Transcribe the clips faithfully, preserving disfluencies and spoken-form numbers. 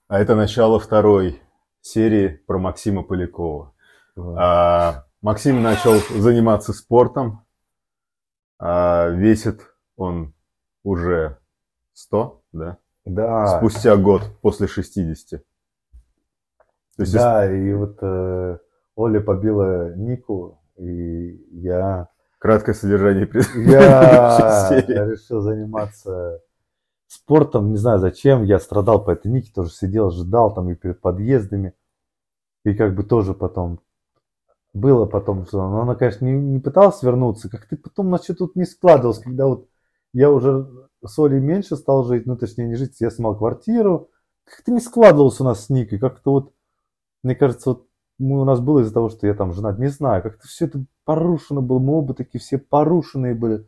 А это начало второй серии про Максима Полякова. А, Максим начал заниматься спортом. А, весит он уже сто, да? Да. Спустя год после шестидесяти. То есть да, если... и вот э, Оля побила Нику, и я... Краткое содержание Я решил заниматься спортом, не знаю зачем, я страдал по этой Нике, тоже сидел, ждал там и перед подъездами, и как бы тоже потом было потом, что но она, конечно, не, не пыталась вернуться, как-то потом у нас что-то тут не складывалось, когда вот я уже с Олей меньше стал жить, ну точнее не жить, я снимал квартиру, как-то не складывалось у нас с Никой, как-то вот, мне кажется, вот мы, у нас было из-за того, что я там женат, не знаю, как-то все это порушено было, мы оба такие все порушенные были.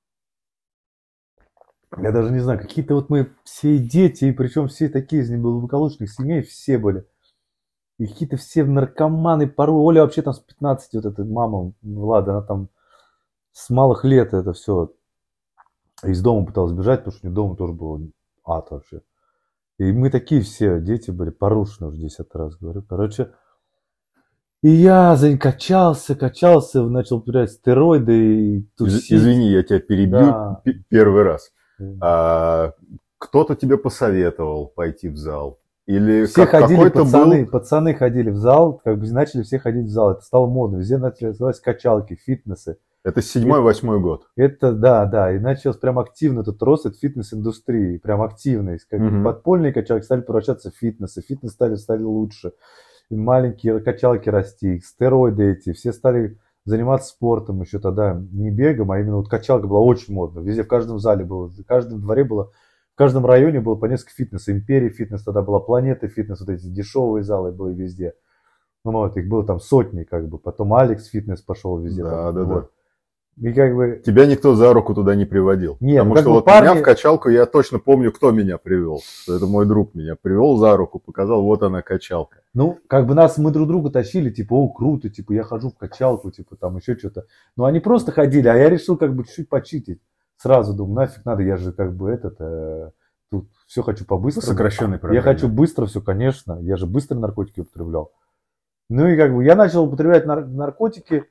Я даже не знаю, какие-то вот мы все дети, и причем все такие из неблагополучных семей, все были. И какие-то все наркоманы, порой. Оля вообще там с пятнадцати, вот эта мама Влада, она там с малых лет это все из дома пыталась бежать, потому что у нее дома тоже был ад вообще. И мы такие все дети были, порушены уже десятый раз говорю. Короче, и я качался, качался, начал употреблять стероиды и тусить. Извини, я тебя перебью да. первый раз. А, кто-то тебе посоветовал пойти в зал? Или все как, ходили, пацаны, был... пацаны ходили в зал, как бы начали все ходить в зал. Это стало модно. Везде начали развиваться качалки, фитнесы. Это седьмой-восьмой год. Это, да, да. И начался прям активно этот рост от фитнес-индустрии. Прям активно. Как mm-hmm. подпольные качалки стали превращаться в фитнесы. Фитнес стали, стали лучше. И маленькие качалки расти, стероиды эти. Все стали заниматься спортом еще тогда. Не бегом, а именно вот качалка была очень модна. Везде, в каждом зале было, в каждом дворе было. В каждом районе было по несколько фитнеса. Империя фитнес тогда была, Планета фитнес, вот эти дешевые залы были везде. Ну вот, их было там сотни, как бы. Потом Алекс фитнес пошел везде. Да, там, да, вот. да. И как бы... Тебя никто за руку туда не приводил. Нет, потому как что бы вот парни... меня в качалку, я точно помню, кто меня привел. Что это мой друг меня привел за руку, показал, вот она качалка. Ну, как бы нас, мы друг друга тащили, типа, о, круто, типа, я хожу в качалку, типа, там еще что-то. Но они просто ходили, а я решил как бы чуть-чуть почитить. Сразу думаю, нафиг надо, я же как бы этот, э, тут все хочу по-быстрому. Ну, сокращенной программе. Я хочу быстро все, конечно, я же быстро наркотики употреблял. Ну и как бы я начал употреблять нар- наркотики,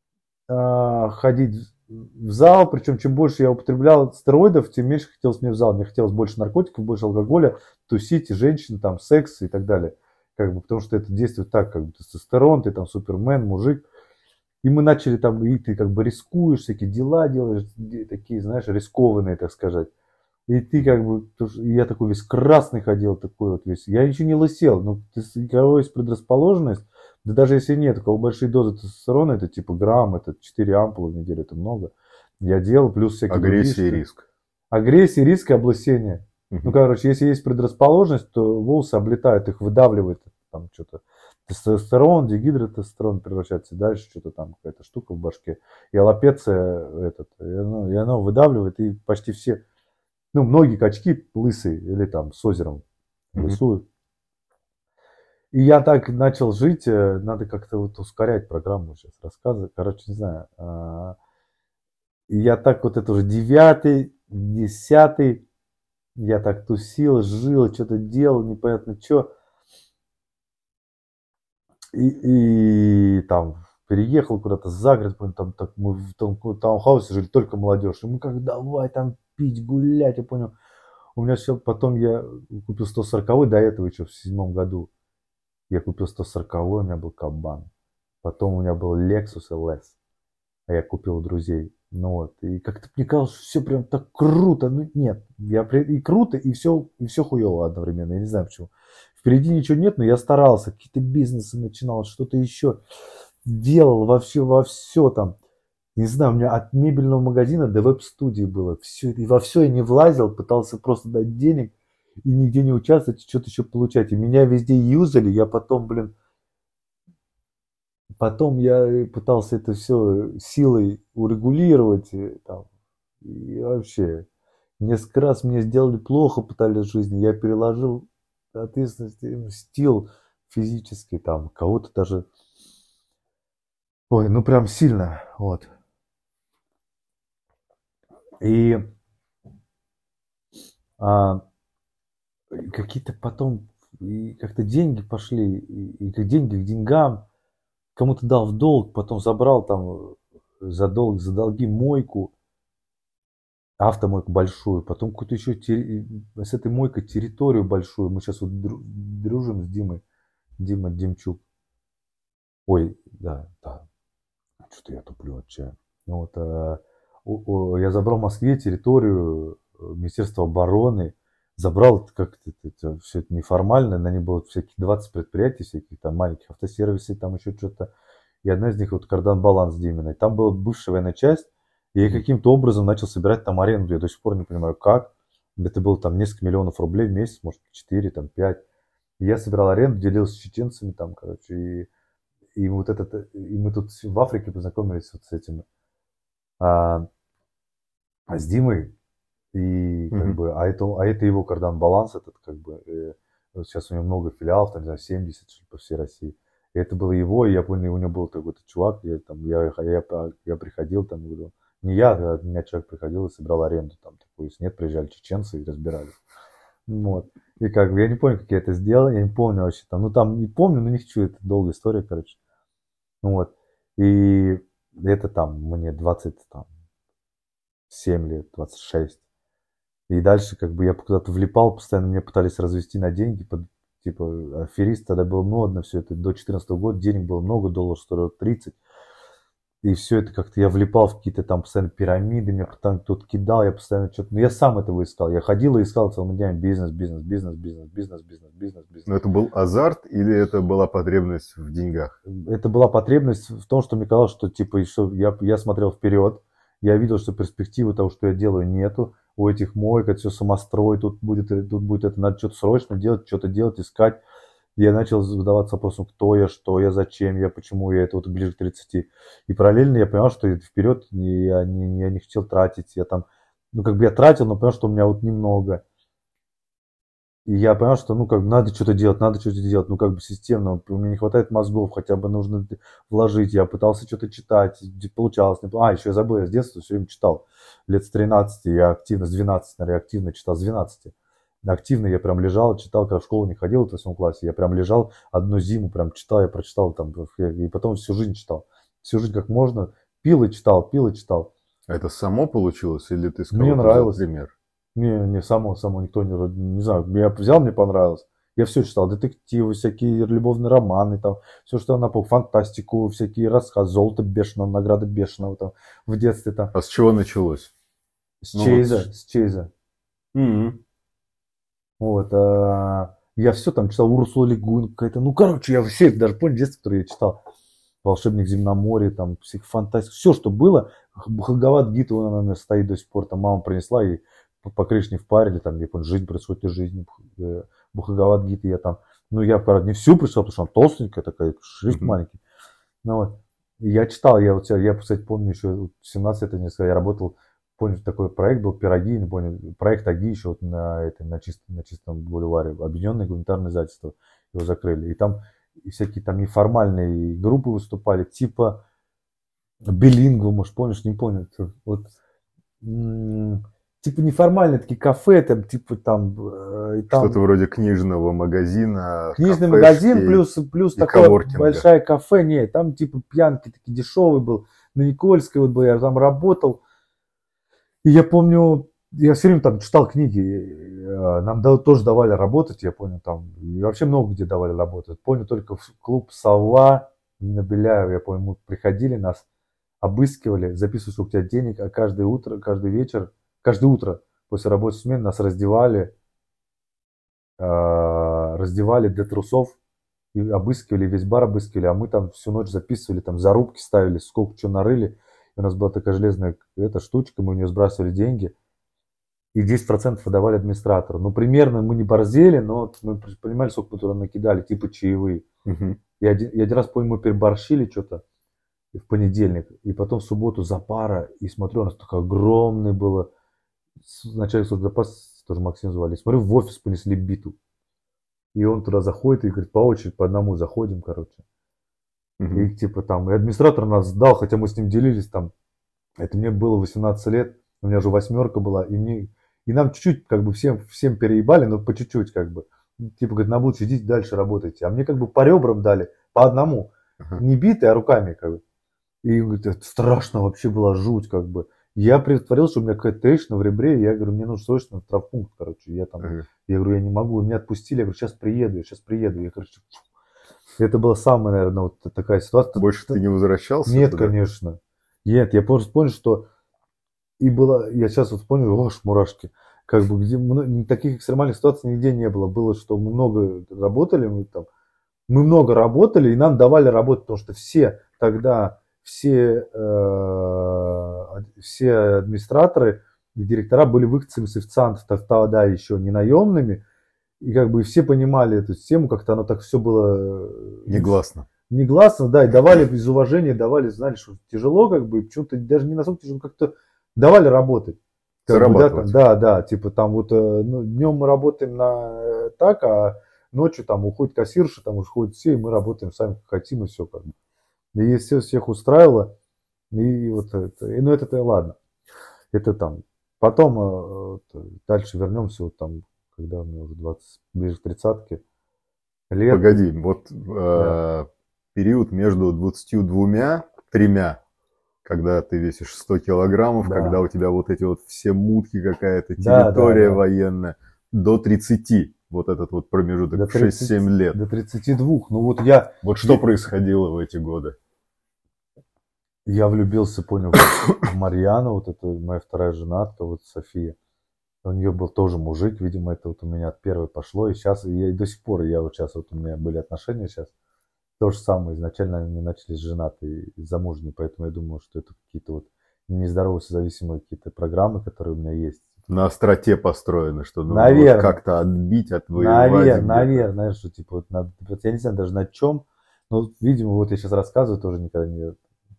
э, ходить в зал, причем чем больше я употреблял стероидов, тем меньше хотелось мне в зал. Мне хотелось больше наркотиков, больше алкоголя, тусить, и женщин, там, секс и так далее. Как бы, потому что это действует так, как бы тестостерон, ты там супермен, мужик. И мы начали там, и ты как бы рискуешь, всякие дела делаешь, такие, знаешь, рискованные, так сказать. И ты как бы, я такой весь красный ходил, такой вот весь. Я ничего не лысел, но у кого есть предрасположенность, да даже если нет, у кого большие дозы тестостерона, это типа грамм, это четыре ампулы в неделю, это много. Я делал, плюс всякие агрессия и риск. Агрессия, риск и облысение. Uh-huh. Ну, короче, если есть предрасположенность, то волосы облетают, их выдавливает, там что-то. Тестостерон, дигидротестостерон превращается, дальше что-то там, какая-то штука в башке. И аллопеция этот, и оно, и оно выдавливает, и почти все, ну, многие качки лысые или там с озером uh-huh. лысуют. И я так начал жить, надо как-то вот ускорять программу сейчас рассказывать. Короче, не знаю. И я так вот это уже девятый, десятый, я так тусил, жил, что-то делал, непонятно что. И, и там переехал куда-то за город, там, так, мы в том таунхаусе жили, только молодежь. И мы как, давай там пить, гулять, я понял. У меня все, потом я купил сто сороковой, до этого еще в седьмом году. Я купил сто сороковой, у меня был Кабан. Потом у меня был Lexus эл эс. А я купил у друзей. Ну вот. И как-то мне казалось, что все прям так круто. Ну нет. Я и круто, и все, и все хуево одновременно. Я не знаю почему. Впереди ничего нет, но я старался. Какие-то бизнесы начинал, что-то еще делал во все, во все там. Не знаю, у меня от мебельного магазина до веб-студии было. Все, и во все я не влазил, пытался просто дать денег и нигде не участвовать, что-то еще получать. И меня везде юзали, я потом, блин, потом я пытался это все силой урегулировать. И, там, и вообще, несколько раз мне сделали плохо, пытались в жизни, я переложил ответственность, мстил физически, там, кого-то даже, ой, ну прям сильно, вот. И а, какие-то потом и как-то деньги пошли, и, и как деньги к деньгам, кому-то дал в долг, потом забрал там за долг, за долги мойку, автомойку большую, потом какую-то еще терри- с этой мойкой территорию большую. Мы сейчас вот дру- дружим с Димой, Дима Демчук. Ой, да, да, что-то я туплю от чая. Ну вот, э, о- о, я забрал в Москве территорию э, Министерства обороны, забрал это как-то, это, все это неформально, на ней было всяких двадцать предприятий, всяких там маленьких автосервисов, там еще что-то. И одна из них вот Кардан Баланс Диминой. Там была бывшая военная часть, и я каким-то образом начал собирать там аренду. Я до сих пор не понимаю, как. Это было там несколько миллионов рублей в месяц, может, четыре, там, пять. И я собирал аренду, делился с чеченцами там, короче, и, и вот этот, и мы тут в Африке познакомились вот с этим, а, с Димой, и как Мгм. бы, а это, а это его Кардан Баланс, этот как бы, э, вот сейчас у него много филиалов, там, не знаю, семьдесят что ли, по всей России. И это было его, и я помню, у него был какой-то чувак, я, там, я, я, я приходил, там, говорю, не я, а у меня человек приходил и собирал аренду, там, такой, если нет, приезжали чеченцы и разбирали. Вот. И как бы, я не помню, как я это сделал, я не помню вообще там, ну, там, не помню, но не хочу, это долгая история, короче. Ну, вот. И это там, мне двадцать семь лет, двадцать шесть. И дальше как бы я куда-то влипал, постоянно меня пытались развести на деньги, под, типа аферист, тогда было модно все это, до две тысячи четырнадцатого года денег было много, долларов стоило тридцать. И все это как-то я влипал в какие-то там постоянно пирамиды, меня постоянно кто-то кидал, я постоянно что-то... Ну, я сам этого искал. Я ходил и искал целыми днями бизнес, бизнес, бизнес, бизнес, бизнес, бизнес, бизнес, бизнес. Но это был азарт или это была потребность в деньгах? Это была потребность в том, что мне казалось, что типа что я, я смотрел вперед, я видел, что перспективы того, что я делаю, нету. У этих моек, это все самострой, тут будет, тут будет это, надо что-то срочно делать, что-то делать, искать. Я начал задаваться вопросом, кто я, что я, зачем я, почему я, это вот ближе к тридцати. И параллельно я понял, что вперед я не, я не хотел тратить. Я там, ну как бы я тратил, но понял, что у меня вот немного. И я понял, что ну как бы надо что-то делать, надо что-то делать, ну как бы системно. У меня не хватает мозгов, хотя бы нужно вложить. Я пытался что-то читать, получалось. Не... А, еще я забыл, я с детства все время читал. Лет с тринадцати, я активно, с двенадцати, наверное, активно читал, с двенадцати. Активно я прям лежал, читал, когда в школу не ходил в восьмом классе, я прям лежал одну зиму, прям читал, я прочитал там, и потом всю жизнь читал. Всю жизнь как можно, пил и читал, пил и читал. Это само получилось или ты с Мне кого-то взял нравилось. пример? Не, не, само, само никто не, не знаю, я взял, мне понравилось. Я все читал, детективы, всякие любовные романы, там, все, что я напомнил, фантастику, всякие рассказы, золото бешеного, награды бешеного, там, в детстве, там. А с чего началось? С Ну, Чейза, вот... с Чейза. Mm-hmm. Вот, а, я все там читал, Урсула Легуин какая-то, ну, короче, я все, даже помню детство, которое я читал. Волшебник Земноморья, там, психофантастика, все, что было. Бхагавад Гита, он у меня стоит до сих пор, там мама принесла, и по Кришне впарили, там, я помню, жизнь происходит из жизни, Бхагавад Гита, я там, ну, я, правда, не всю прочитал, потому что она толстенькая такая, шрифт mm-hmm. маленький. Ну, вот, и я читал, я вот, я, кстати, помню, еще в семнадцать лет, я работал, помню, такой проект был, пироги, не помню, проект АГИ еще вот на, этой, на, чистом, на чистом бульваре, Объединенное гуманитарное издательство, его закрыли, и там и всякие там неформальные группы выступали, типа билингва, может, помнишь, не помню, вот, м- типа неформальные такие кафе, там, типа там... Э, там что-то вроде книжного магазина, книжный магазин плюс, плюс такое большое кафе, нет, там типа пьянки такие дешевый был, на Никольской вот был, я там работал, и я помню, я все время там читал книги, нам тоже давали работать, я помню, там, и вообще много где давали работать. Помню только в клуб «Сова» на Беляева, я помню, мы приходили, нас обыскивали, записывали, сколько у тебя денег, а каждое утро, каждый вечер, каждое утро после рабочей смены нас раздевали, раздевали до трусов и обыскивали, весь бар обыскивали, а мы там всю ночь записывали, там зарубки ставили, сколько что нарыли. И у нас была такая железная эта штучка, мы в нее сбрасывали деньги. И десять процентов выдавали администратору. Ну, примерно мы не борзели, но мы понимали, сколько мы туда накидали, типа чаевые. Uh-huh. И один, и один раз, помню, мы переборщили что-то в понедельник, и потом в субботу запара, и смотрю, у нас такое огромное было, начальник соцзапаса, тоже Максим звали, смотрю, в офис понесли биту. И он туда заходит и говорит, по очереди, по одному заходим, короче. Uh-huh. И типа там, и администратор нас сдал, хотя мы с ним делились там, это мне было восемнадцать лет, у меня уже восьмерка была, и мне... И нам чуть-чуть, как бы, всем, всем переебали, но по чуть-чуть, как бы. типа, говорит, на будущее идите дальше работайте. А мне как бы по ребрам дали, по одному. Uh-huh. Не битый, а руками как бы. И говорит, это страшно вообще была жуть как бы. Я притворился, что у меня какая-то трещина в ребре, я говорю, мне нужно срочно в травмпункт, короче. Я там, uh-huh. я говорю, я не могу, меня отпустили, я говорю, сейчас приеду, я сейчас приеду. Я, короче, это была самая, наверное, вот такая ситуация. Больше ты не возвращался? Нет, туда? Конечно. Нет, я просто понял, что и было, я сейчас вот понял, аж мурашки. Как бы где таких экстремальных ситуаций нигде не было. Было, что мы много работали, мы там, мы много работали, и нам давали работать, потому что все тогда, все, э, все администраторы и директора были выходцами с официантов, тогда еще не наемными, и как бы все понимали эту систему, как-то оно так все было... Негласно. Негласно, да, и давали из уважения, давали, знали, что тяжело, как бы, и почему-то даже не настолько тяжело, как-то давали работать. Как бы, да, там, да, да, типа там вот ну, днем мы работаем на так, а ночью там уходит кассирша, там уходят все, и мы работаем сами как хотим, и все как бы. И все всех устраивало, и вот это, и, ну это-то ладно. Это там. Потом вот, дальше вернемся, вот там, когда мне уже двадцать, ближе к тридцатке лет. Погоди, вот да. э, период между двадцатью двумя, тремя, когда ты весишь сто килограммов, да. Когда у тебя вот эти вот все мутки какая-то, территория да, да, да. военная, до тридцати, вот этот вот промежуток, шесть-семь лет. До тридцати двух, ну вот я... Вот что я... происходило в эти годы? Я влюбился, понял, в Марьяну, вот это моя вторая женатка, вот София. У нее был тоже мужик, видимо, это вот у меня от первой пошло, и сейчас, я и до сих пор, я вот сейчас, вот у меня были отношения сейчас, то же самое, изначально они начались женатые, замужние, поэтому я думаю, что это какие-то вот нездоровые созависимые какие-то программы, которые у меня есть. На остроте построены, что нужно вот как-то отбить, отвоевать. Наверное, наверное, наверное, что типа вот надо, я не знаю даже на чем, но, видимо, вот я сейчас рассказываю, тоже никогда не...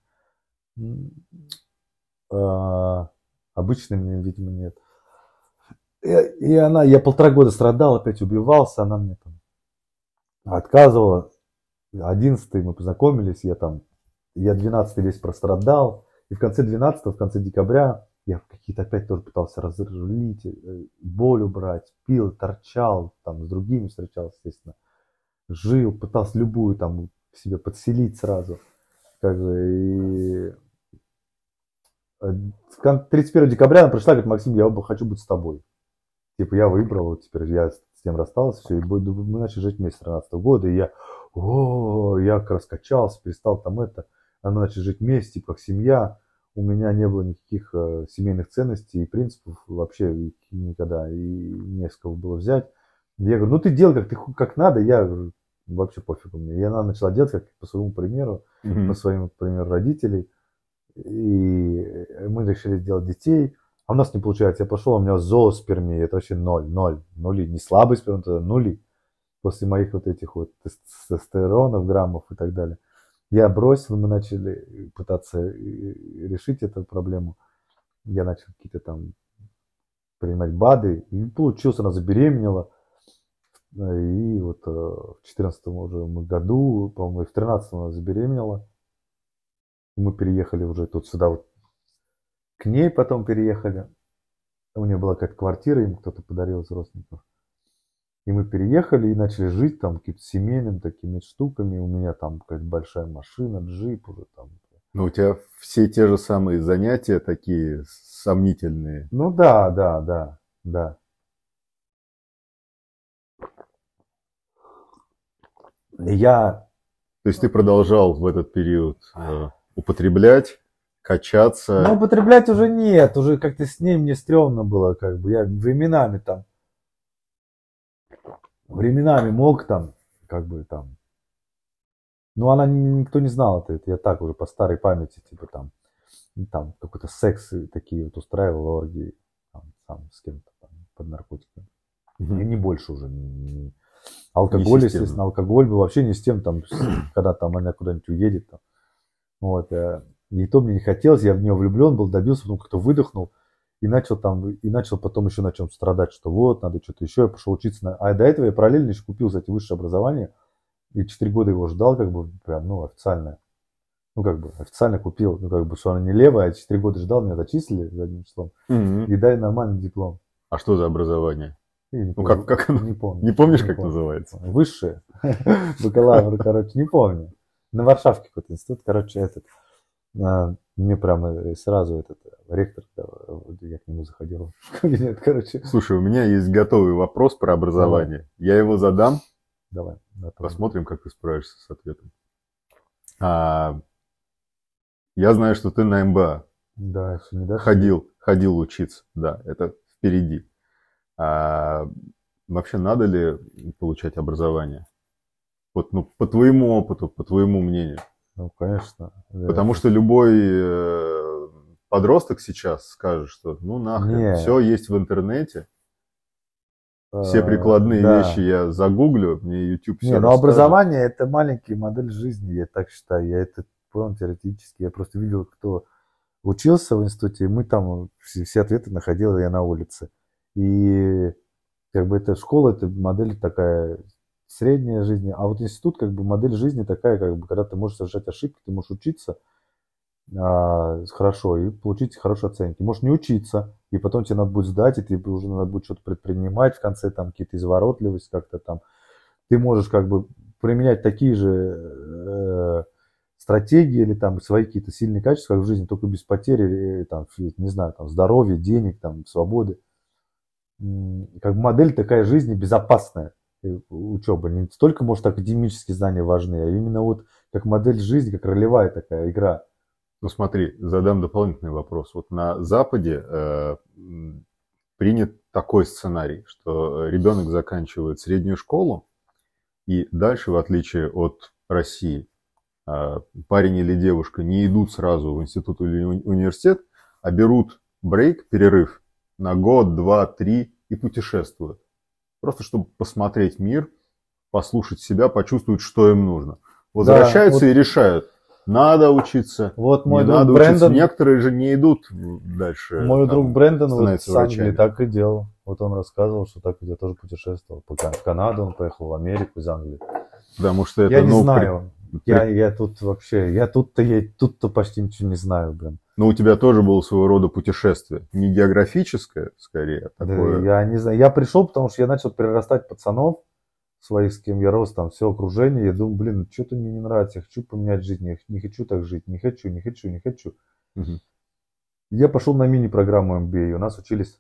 А, обычно мне, видимо, нет. И, и она, я полтора года страдал, опять убивался, она мне там отказывала. Одиннадцатый мы познакомились, я там, я двенадцатый весь прострадал, и в конце двенадцатого, в конце декабря я какие-то опять тоже пытался разрулить, боль убрать, пил, торчал, там с другими встречался, естественно, жил, пытался любую там к себе подселить сразу, как бы, и тридцать первого декабря она пришла, говорит, Максим, я оба хочу быть с тобой. Типа я выбрал, вот теперь я с тем расстался, все, и мы начали жить вместе с тринадцатого года, и я, о, я как раз качался, перестал там это, а мы начали жить вместе, типа как семья, у меня не было никаких э, семейных ценностей и принципов вообще никогда, и не с кого было взять. Я говорю, ну ты делай как, ты, как надо, я говорю, вообще пофигу мне. И она начала делать как по своему примеру, mm-hmm. по своему примеру родителей. И мы решили сделать детей, а у нас не получается. Я пошел, у меня зооспермия, это вообще ноль, ноль, нули, не слабый сперм, это нули. После моих вот этих вот тестостеронов, граммов и так далее. Я бросил, мы начали пытаться решить эту проблему. Я начал какие-то там принимать БАДы, и получилось, она забеременела. И вот в четырнадцатом уже году, по-моему, и в тринадцатом она забеременела. Мы переехали уже тут сюда вот к ней, потом переехали. У нее была какая-то квартира, им кто-то подарил из родственников. И мы переехали и начали жить там какими-то семейными такими штуками. У меня там какая-то большая машина, джип уже там. Ну, у тебя все те же самые занятия такие сомнительные. Ну да, да, да, да. Я... То есть ты продолжал в этот период э, употреблять, качаться? Ну, употреблять уже нет, уже как-то с ней мне стрёмно было, как бы. Я временами там, временами мог там, как бы там. Ну, она, никто не знал это, это я так уже по старой памяти, типа там, там какой-то секс такие вот устраивал, оргии, там, сам с кем-то там, под наркотиками. Mm-hmm. И не больше уже. Не... Алкоголь, естественно, алкоголь был вообще не с тем, там, когда там она куда-нибудь уедет. Там. Вот, и то мне не хотелось, я в нее влюблен был, добился, потом как-то выдохнул и начал там, и начал потом еще на чем страдать, что вот, надо что-то еще, я пошел учиться. На... А до этого я параллельно еще купил, кстати, высшее образование, и четыре года его ждал, как бы, прям, ну, официально. Ну, как бы, официально купил, ну, как бы, что она не левая, а четыре года ждал, меня зачислили за одним числом, mm-hmm. и дали нормальный диплом. А что за образование? Не ну, как, как оно? Не помню. Не помнишь, не как помню. называется? Высшее. Бакалавр, короче, не помню. На Варшавке какой-то институт, короче, этот. Мне прямо сразу этот ректор, я к нему заходил в кабинет, короче. Слушай, у меня есть готовый вопрос про образование. Давай. Я его задам. Давай. Готовый. Посмотрим, как ты справишься с ответом. А, я знаю, что ты на эм бэ а. Да, еще не дашь? Ходил, ходил учиться. Да, это впереди. А, вообще, надо ли получать образование? Вот, ну, по твоему опыту, по твоему мнению. Ну, конечно. Да. Потому что любой э, подросток сейчас скажет, что ну нахрен, не. Все есть в интернете. Все прикладные да. вещи я загуглю, мне YouTube все Не, но расскажет. Образование – это маленькая модель жизни, я так считаю. Я это понял теоретически. Я просто видел, кто учился в институте, и мы там все, все ответы находил я на улице. И как бы эта школа, это модель такая средняя жизни, а вот институт как бы модель жизни такая, как бы, когда ты можешь совершать ошибки, ты можешь учиться а, хорошо и получить хорошие оценки. Можешь не учиться, и потом тебе надо будет сдать, и тебе уже надо будет что-то предпринимать в конце, там какие-то изворотливость как-то там. Ты можешь как бы применять такие же э, стратегии или там свои какие-то сильные качества как в жизни, только без потери, там, не знаю, там, здоровья, денег, там, свободы. Как бы модель такая жизни безопасная. Учеба. Не столько, может, академические знания важны, а именно вот как модель жизни, как ролевая такая игра. Ну смотри, задам дополнительный вопрос. Вот на Западе э, принят такой сценарий, что ребенок заканчивает среднюю школу, и дальше, в отличие от России, э, парень или девушка не идут сразу в институт или уни- университет, а берут брейк, перерыв на год, два, три и путешествуют. Просто чтобы посмотреть мир, послушать себя, почувствовать, что им нужно. Возвращаются да, вот, и решают, надо учиться, вот не мой надо друг учиться. Брэндон, некоторые же не идут дальше. Мой там, друг Брэндон вот с Англии врачами. так и делал. Вот он рассказывал, что так и делал, тоже путешествовал. В Канаду он поехал, в Америку из Англии. Потому что это, я не ну, знаю. При... Я, я тут вообще, я тут-то, я тут-то почти ничего не знаю, блин. Но у тебя тоже было своего рода путешествие. Не географическое, скорее, а такое. Да, я не знаю. Я пришел, потому что я начал перерастать пацанов своих, с кем я рос, там, все окружение. Я думаю, блин, что-то мне не нравится, я хочу поменять жизнь, я не хочу так жить, не хочу, не хочу, не хочу. Угу. Я пошел на мини-программу эм би эй. У нас учились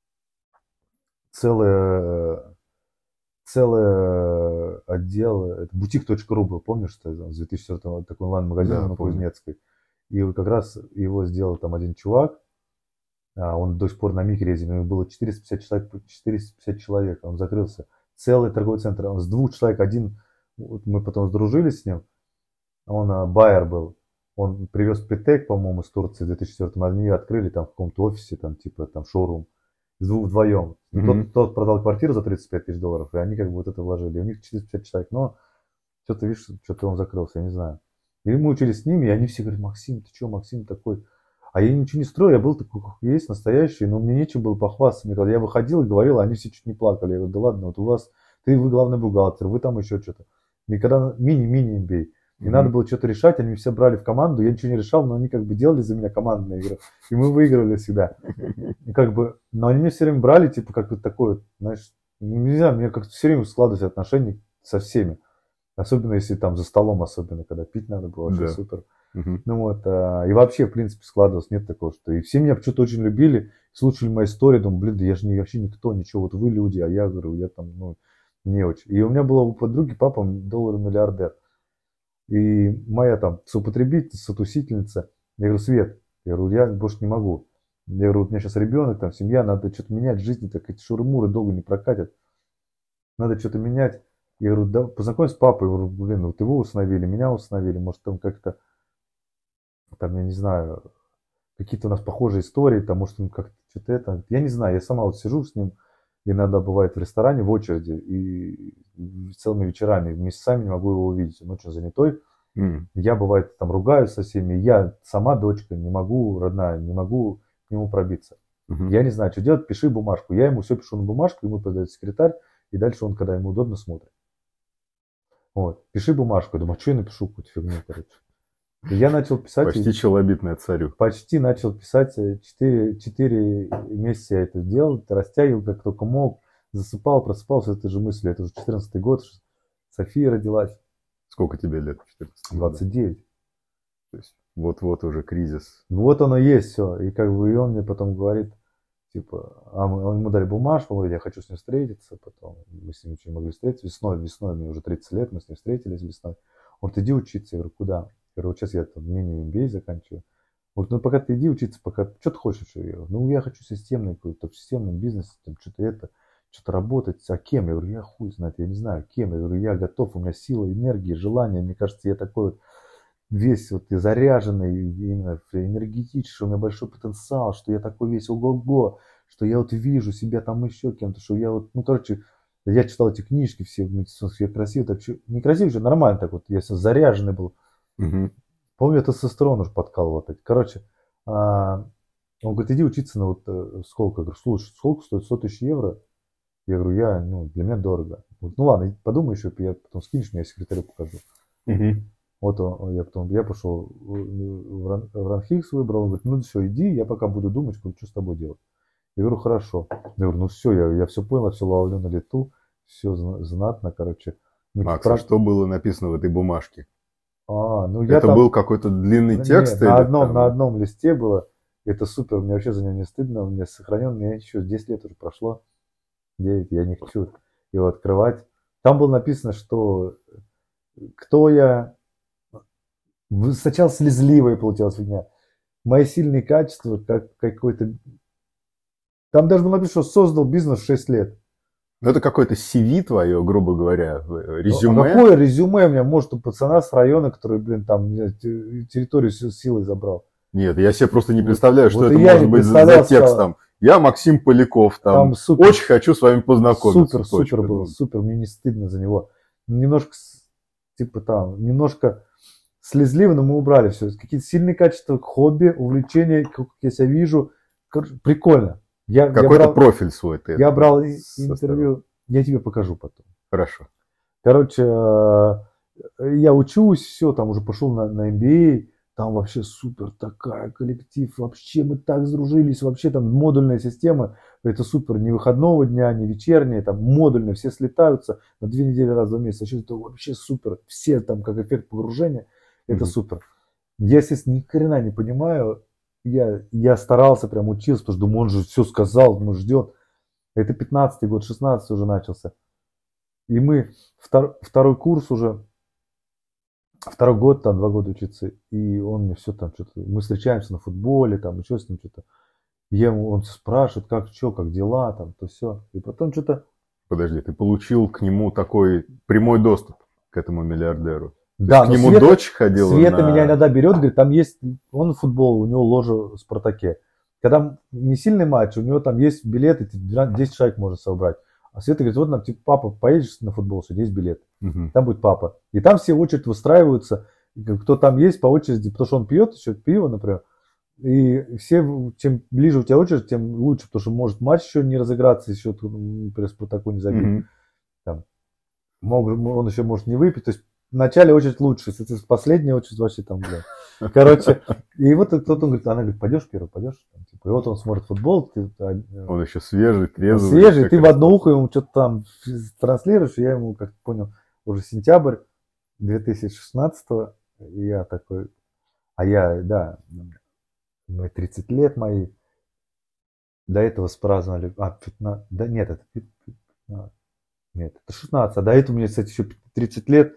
целые... целый отдел, это бутик точка ру был, помнишь, что с две тысячи четвёртого такой онлайн-магазин да, на Кузнецкой. И вот как раз его сделал там один чувак, он до сих пор на микре ездит, у него было четыреста пятьдесят человек, четыреста пятьдесят человек, он закрылся. Целый торговый центр, он с двух человек, один, вот мы потом сдружились с ним, он байер был, он привез Петек, по-моему, из Турции в две тысячи четвёртом, они открыли там в каком-то офисе, там типа там шоурум. Вдвоем. Mm-hmm. Тот, тот продал квартиру за тридцать пять тысяч долларов, и они как бы вот это вложили. И у них четыреста пятьдесят человек, но что-то, видишь, что-то он закрылся, я не знаю. И мы учились с ними, и они все говорят, Максим, ты что, Максим такой? А я ничего не строю, я был такой, как есть, настоящий, но мне нечем было похвастаться. Мне, когда я выходил и говорил, они все чуть не плакали. Я говорю, да ладно, вот у вас, ты, вы главный бухгалтер, вы там еще что-то. И когда мини-мини эм би эй. И mm-hmm. надо было что-то решать, они все брали в команду, я ничего не решал, но они как бы делали за меня командные игры, и мы выигрывали всегда. И как бы, но они меня все время брали, типа, как вот такое, знаешь, не знаю, мне как-то все время складывались отношения со всеми. Особенно если там за столом, особенно, когда пить надо было, вообще да. супер. Mm-hmm. Ну вот, а, и вообще, в принципе, складывалось, нет такого, что и все меня что-то очень любили, слушали мои истории, думаю, блин, да я же не, вообще никто, ничего, вот вы люди, а я говорю, я там, ну, не очень. И у меня было у подруги папа доллар-миллиардер. И моя там сопотребительница, сотусительница, я говорю, Свет, я говорю, я больше не могу. Я говорю, у меня сейчас ребенок, там семья, надо что-то менять в жизни, так эти шуры-муры долго не прокатят. Надо что-то менять. Я говорю, да, познакомься с папой. Я говорю, блин, вот его установили, меня установили, может там как-то, там, я не знаю, какие-то у нас похожие истории, там, может, он как-то что-то это, я не знаю, я сама вот сижу с ним, иногда бывает в ресторане в очереди, и целыми вечерами, месяцами не могу его увидеть, он очень занятой. Mm. Я, бывает, там ругаюсь со всеми, я сама, дочка, не могу, родная, не могу к нему пробиться. Mm-hmm. Я не знаю, что делать, пиши бумажку. Я ему все пишу на бумажку, ему подает секретарь, и дальше он, когда ему удобно, смотрит. Вот, пиши бумажку. Я думаю, а что я напишу какую-то фигню, короче. И я начал писать... Почти челобитное царю. Почти начал писать, четыре месяца я это делал, растягивал как только мог. засыпал, просыпался с этой же мыслью. Это уже четырнадцатый год, София родилась. Сколько тебе лет? двадцать девять. То есть вот-вот уже кризис. Вот оно есть все. И как бы и он мне потом говорит, типа, а мы, ему дали бумажку, говорит, я хочу с ним встретиться. Потом мы с ним ничего не могли встретиться. Весной, весной, мне уже тридцать лет, мы с ним встретились весной. Он говорит, иди учиться. Я говорю, куда? Я говорю, вот сейчас я там мини-эм би эй заканчиваю. Он говорит, ну пока ты иди учиться, пока, что ты хочешь? Я говорю, ну я хочу системный какой-то, в системном бизнесе, там что-то это, что-то работать. А кем? Я говорю, я хуй знает, я не знаю, кем. Я говорю, я готов, у меня сила, энергия, желание. Мне кажется, я такой вот весь вот и заряженный, именно энергетический, у меня большой потенциал, что я такой весь ого-го, что я вот вижу себя там еще кем-то, что я вот, ну, короче, я читал эти книжки все, я красивый, так, не красивый же, нормально так вот, я все заряженный был. Угу. Помню, это тестостерон уже подкалывал опять. Короче, а, он говорит, иди учиться на вот сколько? Я говорю, слушай, сколько стоит сто тысяч евро? Я говорю, я, ну, для меня дорого. Говорит, ну ладно, подумай еще, я потом скинешь, мне я секретарю покажу. Угу. Вот он, я потом, я пошел в Ранхикс выбрал, он говорит, ну все, иди, я пока буду думать, что с тобой делать. Я говорю, хорошо. Я говорю, ну все, я, я все понял, все ловлю на лету, все знатно, короче. Макс, про... а что было написано в этой бумажке? А, ну я это там... был какой-то длинный текст? Нет, или на, одном, там... на одном листе было, это супер, мне вообще за него не стыдно, у меня сохранен, мне еще десять лет уже прошло, девять, я не хочу его открывать. Там было написано, что кто я... Сначала слезливая получалась фигня. Мои сильные качества, как какой-то... Там даже было написано, что создал бизнес в шесть лет. Ну, это какое-то си ви твое, грубо говоря, резюме. А какое резюме у меня может у пацана с района, который, блин, там территорию силой забрал? Нет, я себе просто не представляю, что вот это может быть за, за текст там. Я Максим Поляков, там, там супер, очень хочу с вами познакомиться. Супер, супер был, супер, мне не стыдно за него. Немножко, типа там, немножко... Слезливо, но мы убрали все. Какие-то сильные качества, хобби, увлечения, как я себя вижу. Прикольно. Я, Какой-то я брал, профиль свой ты. Я брал интервью. Я тебе покажу потом. Хорошо. Короче, я учусь, все, там уже пошел на, на эм би эй. Там вообще супер такая коллектив. Вообще мы так сдружились. Вообще там модульная система. Это супер. Ни выходного дня, ни вечерние. Там модульные. Все слетаются на две недели раз в месяц. Это вообще супер. Все там как эффект погружения. Это mm-hmm. супер. Я, естественно, ни хрена не понимаю. Я, я старался, прям учился, потому что думаю, он же все сказал, он ждет. Это пятнадцатый год, шестнадцатый уже начался. И мы втор, второй курс уже, второй год, там два года учиться. И он мне все там что-то, мы встречаемся на футболе, там еще с ним что-то. Я ему, он спрашивает, как что, как дела, там, то все. И потом что-то... Подожди, ты получил к нему такой прямой доступ, к этому миллиардеру? Да, к нему Света, дочь ходила. Света на... меня иногда берет, говорит, там есть, он футбол, у него ложа в Спартаке. Когда не сильный матч, у него там есть билеты, десять человек может собрать. А Света говорит, вот нам, типа, папа, поедешь на футбол, что есть билет, угу. там будет папа. И там все в очередь выстраиваются, кто там есть по очереди, потому что он пьет еще пиво, например. И все, чем ближе у тебя очередь, тем лучше, потому что может матч еще не разыграться, еще, например, Спартаку не забить. Угу. Там, он еще может не выпить, то есть в начале очередь лучше, последняя очередь вообще там, блядь. Короче, и вот кто-то он говорит, она говорит, пойдешь первый, пойдешь? Там, типа, и вот он смотрит футбол. Ты, он еще свежий, трезвый. Свежий, ты в одно ухо ему что-то там транслируешь, и я ему, как понял, уже сентябрь две тысячи шестнадцатого, и я такой, а я, да, мои тридцать лет мои, до этого спраздновали, а, пятнадцать, да нет, это пятнадцать, нет, это шестнадцать, а до этого мне, кстати, еще тридцать лет.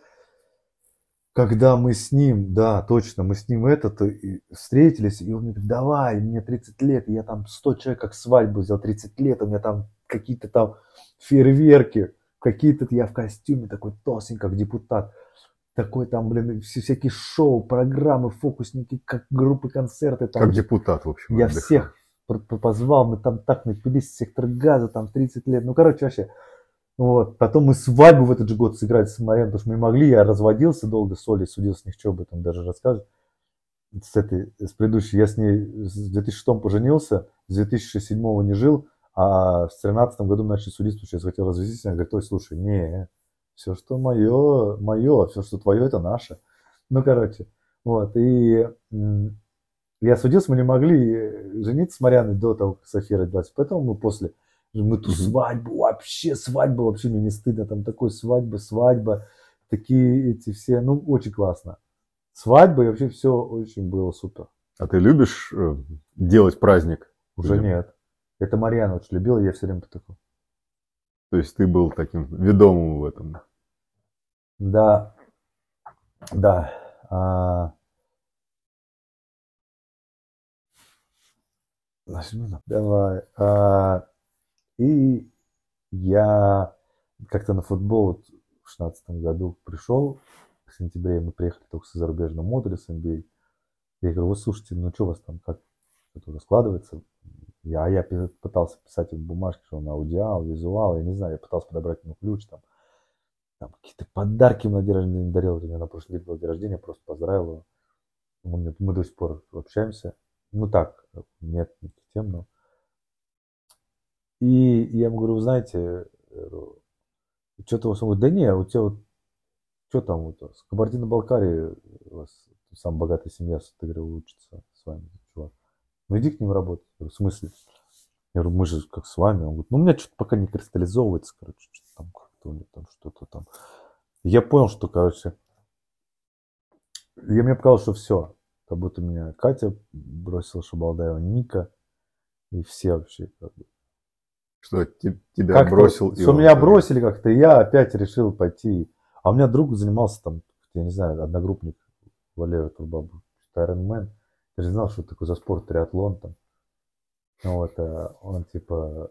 Когда мы с ним, да, точно, мы с ним этот и встретились, и он мне говорит, давай, мне тридцать лет, и я там сто человек как свадьбу взял, тридцать лет, у меня там какие-то там фейерверки, какие-то, я в костюме такой толстенький, как депутат, такой там, блин, все всякие шоу, программы, фокусники, как группы, концерты. Там, как депутат, в общем. Я отдыхал. Всех позвал, мы там так напились, сектор газа, там тридцать лет, ну, короче, вообще. Вот. Потом мы свадьбу в этот же год сыграли с Марианой, потому что мы не могли, я разводился долго с Олей, судился с них, что об этом даже рассказывать. С этой, с предыдущей, я с ней в две тысячи шестом поженился, с две тысячи седьмого не жил, а в две тысячи тринадцатом году начали судиться, потому что я захотел развестись, она говорит, ой, слушай, не, все, что мое, мое, все, что твое, это наше. Ну, короче, вот, и я судился, мы не могли жениться с Марианой до того, как София родилась, поэтому мы после Мы ту Мгм. свадьбу, вообще свадьба, вообще мне не стыдно, там такой свадьба, свадьба, такие эти все, ну, очень классно. Свадьба и вообще все очень было супер. А ты любишь э, делать праздник? Уже людям? нет. Это Марьяна очень любила, я все время такой. То есть ты был таким ведомым в этом. Да, да. А... Давай. А... И я как-то на футбол вот в шестнадцатом году пришел, в сентябре мы приехали только с зарубежным модулем с эн би эй. Я говорю, вот слушайте, ну что у вас там, как это складывается? Я, а я пытался писать в бумажке, что он аудиал, визуал, я не знаю, я пытался подобрать ему ключ, там, там какие-то подарки ему на день рождения дарил, вот у меня на прошлый день был день рождения, просто поздравил его. Мы, мы до сих пор общаемся. Ну так, нет никаких тем, но... И я ему говорю, вы знаете, что-то у вас, он говорит, да не, у тебя вот, что там вот, с Кабардино-Балкарии у вас самая богатая семья, ты, говорю, учится с вами, чувак. Ну иди к ним работать. Я говорю, в смысле? Я говорю, мы же как с вами. Он говорит, ну у меня что-то пока не кристаллизовывается, короче, что-то там как-то у них там что-то там. Я понял, что, короче, я мне показалось, что все. Как будто меня Катя бросила Шабалдаева, Ника и все вообще. Как бы. Что тебя Как бросил. Что меня тоже бросили как-то, и я опять решил пойти. А у меня друг занимался там, я не знаю, одногруппник Валера Турбаба, Ironman. Я же знал, что это такое за спорт, триатлон там. Ну вот, он типа...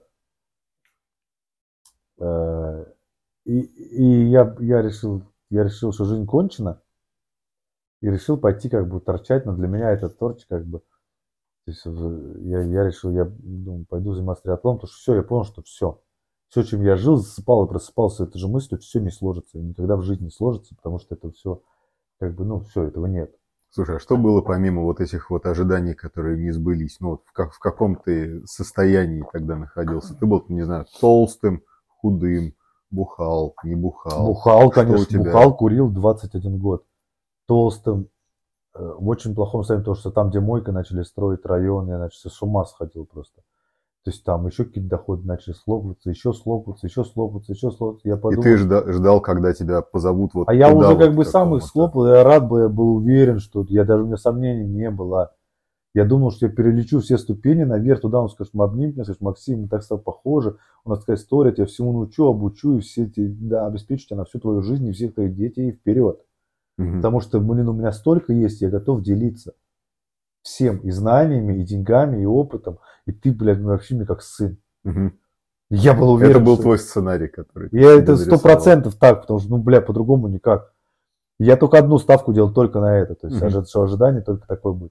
Э, и и я, я, решил, я решил, что жизнь кончена. И решил пойти как бы торчать. Но для меня этот торч как бы... То есть я, я решил, я думаю, пойду заниматься триатлоном, потому что все, я понял, что все. Все, чем я жил, засыпал и просыпался этой же мыслью, все не сложится. И никогда в жизни не сложится, потому что это все, как бы, ну, все, этого нет. Слушай, а что было помимо вот этих вот ожиданий, которые не сбылись? Ну, в, как, в каком ты состоянии тогда находился? Ты был, не знаю, толстым, худым, бухал, не бухал? Бухал, что конечно, тебя... бухал, курил двадцать один год. Толстым, в очень плохом состоянии, потому что там, где мойка, начали строить район, я начал с ума сходил просто. То есть там еще какие-то доходы начали слопываться, еще слопываться, еще слопываться, еще слопываться. Я подумал, и ты ждал, ждал, когда тебя позовут вот а я уже вот как бы сам их слопал, я рад был, я был уверен, что я даже, у меня сомнений не было. Я думал, что я перелечу все ступени наверх, туда он скажет, обнимет меня, скажет, Максим, мы так стали похожи, у нас такая история, я тебя всему научу, обучу, и все эти, да, обеспечу тебя на всю твою жизнь и всех твоих детей вперед. Угу. Потому что, блин, у меня столько есть, я готов делиться всем, и знаниями, и деньгами, и опытом, и ты, блядь, ну, вообще мне как сын. Угу. Я был уверен, это был что... твой сценарий, который... Я это сто процентов так, потому что, ну, бля, по-другому никак. Я только одну ставку делал только на это, то есть угу. что ожидание только такое будет.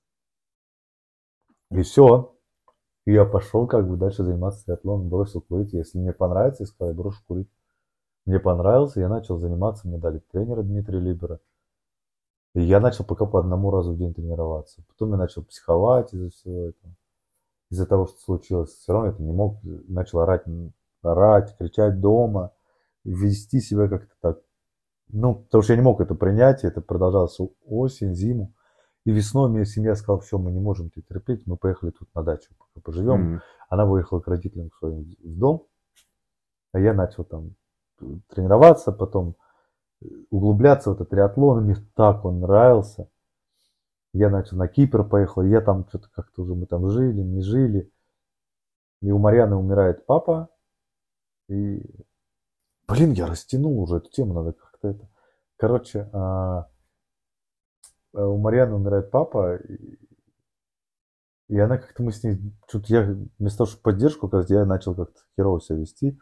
И все. И я пошел как бы дальше заниматься триатлоном, бросил курить. Если мне понравится, я сказал, я брошу курить. Мне понравилось, я начал заниматься, мне дали тренера Дмитрия Либера. И я начал пока по одному разу в день тренироваться. Потом я начал психовать из-за всего этого. Из-за того, что случилось. Все равно это не мог. Начал орать, орать, кричать дома. Вести себя как-то так. Ну, потому что я не мог это принять. Это продолжалось осень, зиму. И весной мне семья сказала, все, мы не можем это терпеть. Мы поехали тут на дачу, пока поживем. Mm-hmm. Она выехала к родителям к своим в дом. А я начал там тренироваться, потом углубляться в этот триатлон, и мне так он нравился. Я начал на Кипр поехал, я там что-то как-то уже мы там жили, не жили. И у Марьяны умирает папа. И, блин, я растянул уже эту тему, надо как-то это. Короче, а... у Марьяны умирает папа, и... и она как-то мы с ней, что-то я вместо того, чтобы поддержку оказать, я начал как-то херово себя вести.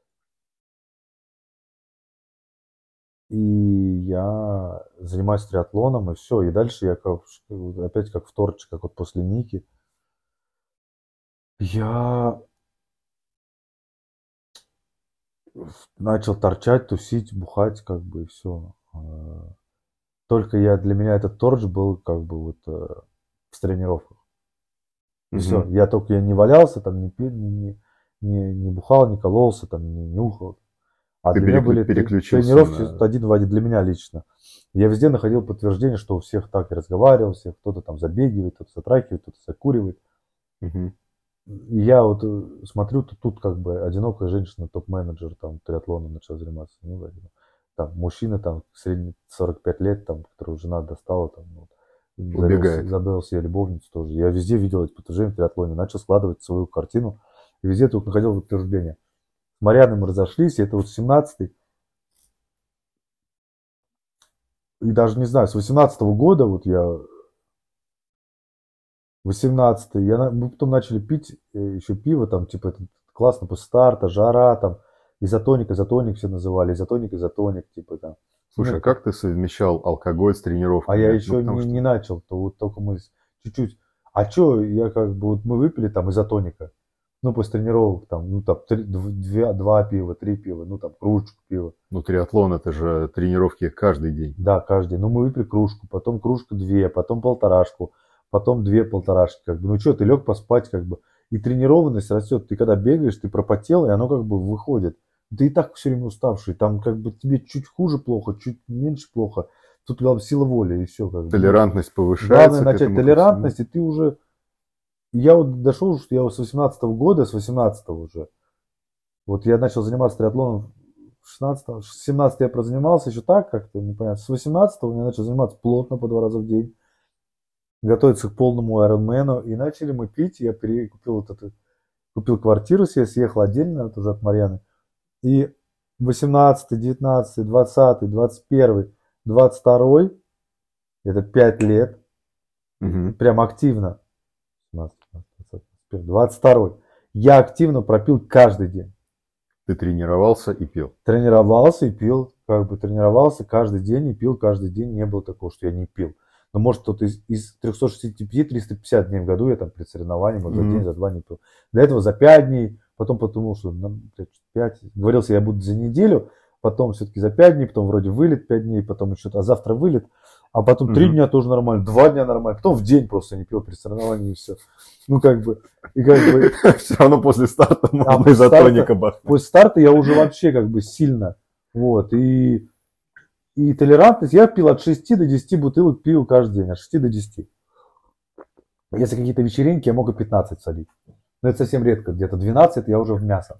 И я занимаюсь триатлоном, и все. И дальше я как, опять как в торче, как вот после Ники. Я начал торчать, тусить, бухать, как бы, и все. Только я, для меня этот торч был как бы вот в тренировках. И mm-hmm. все. Я только я не валялся, там, не пил, не, не, не бухал, не кололся, там, не нюхал. А Ты для меня были тренировки на... один в один для меня лично. Я везде находил подтверждение, что у всех так и разговаривал, всех кто-то там забегивает, кто-то затракивает, кто-то закуривает. Угу. я вот э, смотрю, то тут как бы одинокая женщина, топ-менеджер, там, триатлоном начала заниматься. Ну, да, там, мужчина, там, средний сорок пять лет, там, которого жена достала, там, вот, завел, Убегает. завел себе любовницу тоже. Я везде видел эти подтверждения в триатлоне, начал складывать свою картину, и везде только находил подтверждение. С Марьяной мы разошлись, и это вот семнадцатый, и даже не знаю, с восемнадцатого года, вот я, восемнадцатый, я, на- мы потом начали пить э, еще пиво, там, типа, это классно, после старта, жара, там, изотоник, изотоник все называли, изотоник, изотоник, типа, там. Слушай, Ну, а как ты совмещал алкоголь с а тренировками? я Ну, еще потому не, что не начал, то вот только мы с- чуть-чуть. А что, я как бы, вот мы выпили там изотоника, ну, после тренировок, там, ну, там, три- дв- две, два пива, три пива, ну, там, кружечку пива. ну, триатлон это же тренировки каждый день. Да, каждый день. Ну, мы выпили кружку, потом кружку две, потом полторашку, потом две полторашки, как бы. Ну, что, ты лег поспать, как бы. И тренированность растет. Ты когда бегаешь, ты пропотел, и оно как бы выходит. Ты и так все время уставший. Там как бы тебе чуть хуже плохо, чуть меньше плохо. Тут главное сила воли, и все как бы. Толерантность повышается. Главное к начать этому ко толерантность, и ты уже... Я вот дошел, что я вот с восемнадцатого года, с восемнадцатого уже. Вот я начал заниматься триатлоном в шестнадцатом, с семнадцатого я прозанимался еще так как-то, непонятно. С восемнадцатого я начал заниматься плотно по два раза в день, готовиться к полному айронмену. И начали мы пить, я перекупил вот эту, купил квартиру себе, съехал отдельно, вот уже от Марьяны. И восемнадцатый, девятнадцатый, двадцатый, двадцать первый, двадцать второй, это пять лет, Мгм. прям активно. двадцать второй. Я активно пропил каждый день. Ты тренировался и пил. Тренировался и пил, как бы тренировался каждый день и пил каждый день. Не было такого, что я не пил. Но может кто-то из, из трёхсот шестидесяти пяти триста пятьдесят дней в году я там при соревновании, может, Мгм. за день, за два не пил. До этого за пять дней, потом подумал, что ну, пять. Говорился, я буду за неделю, потом все-таки за пять дней, потом вроде вылет пять дней, потом еще, а завтра вылет, а потом три Мгм. дня тоже нормально, два дня нормально, потом в день просто не пил при соревновании и все. Ну как бы, и как бы Все равно после старта можно после изотоника старта- бахнуть. после старта я уже вообще как бы сильно, вот, и, и толерантность, я пил от шести до десяти бутылок пива каждый день, от шести до десяти. Если какие-то вечеринки, я мог и пятнадцать солить. Но это совсем редко, где-то двенадцать я уже в мясо.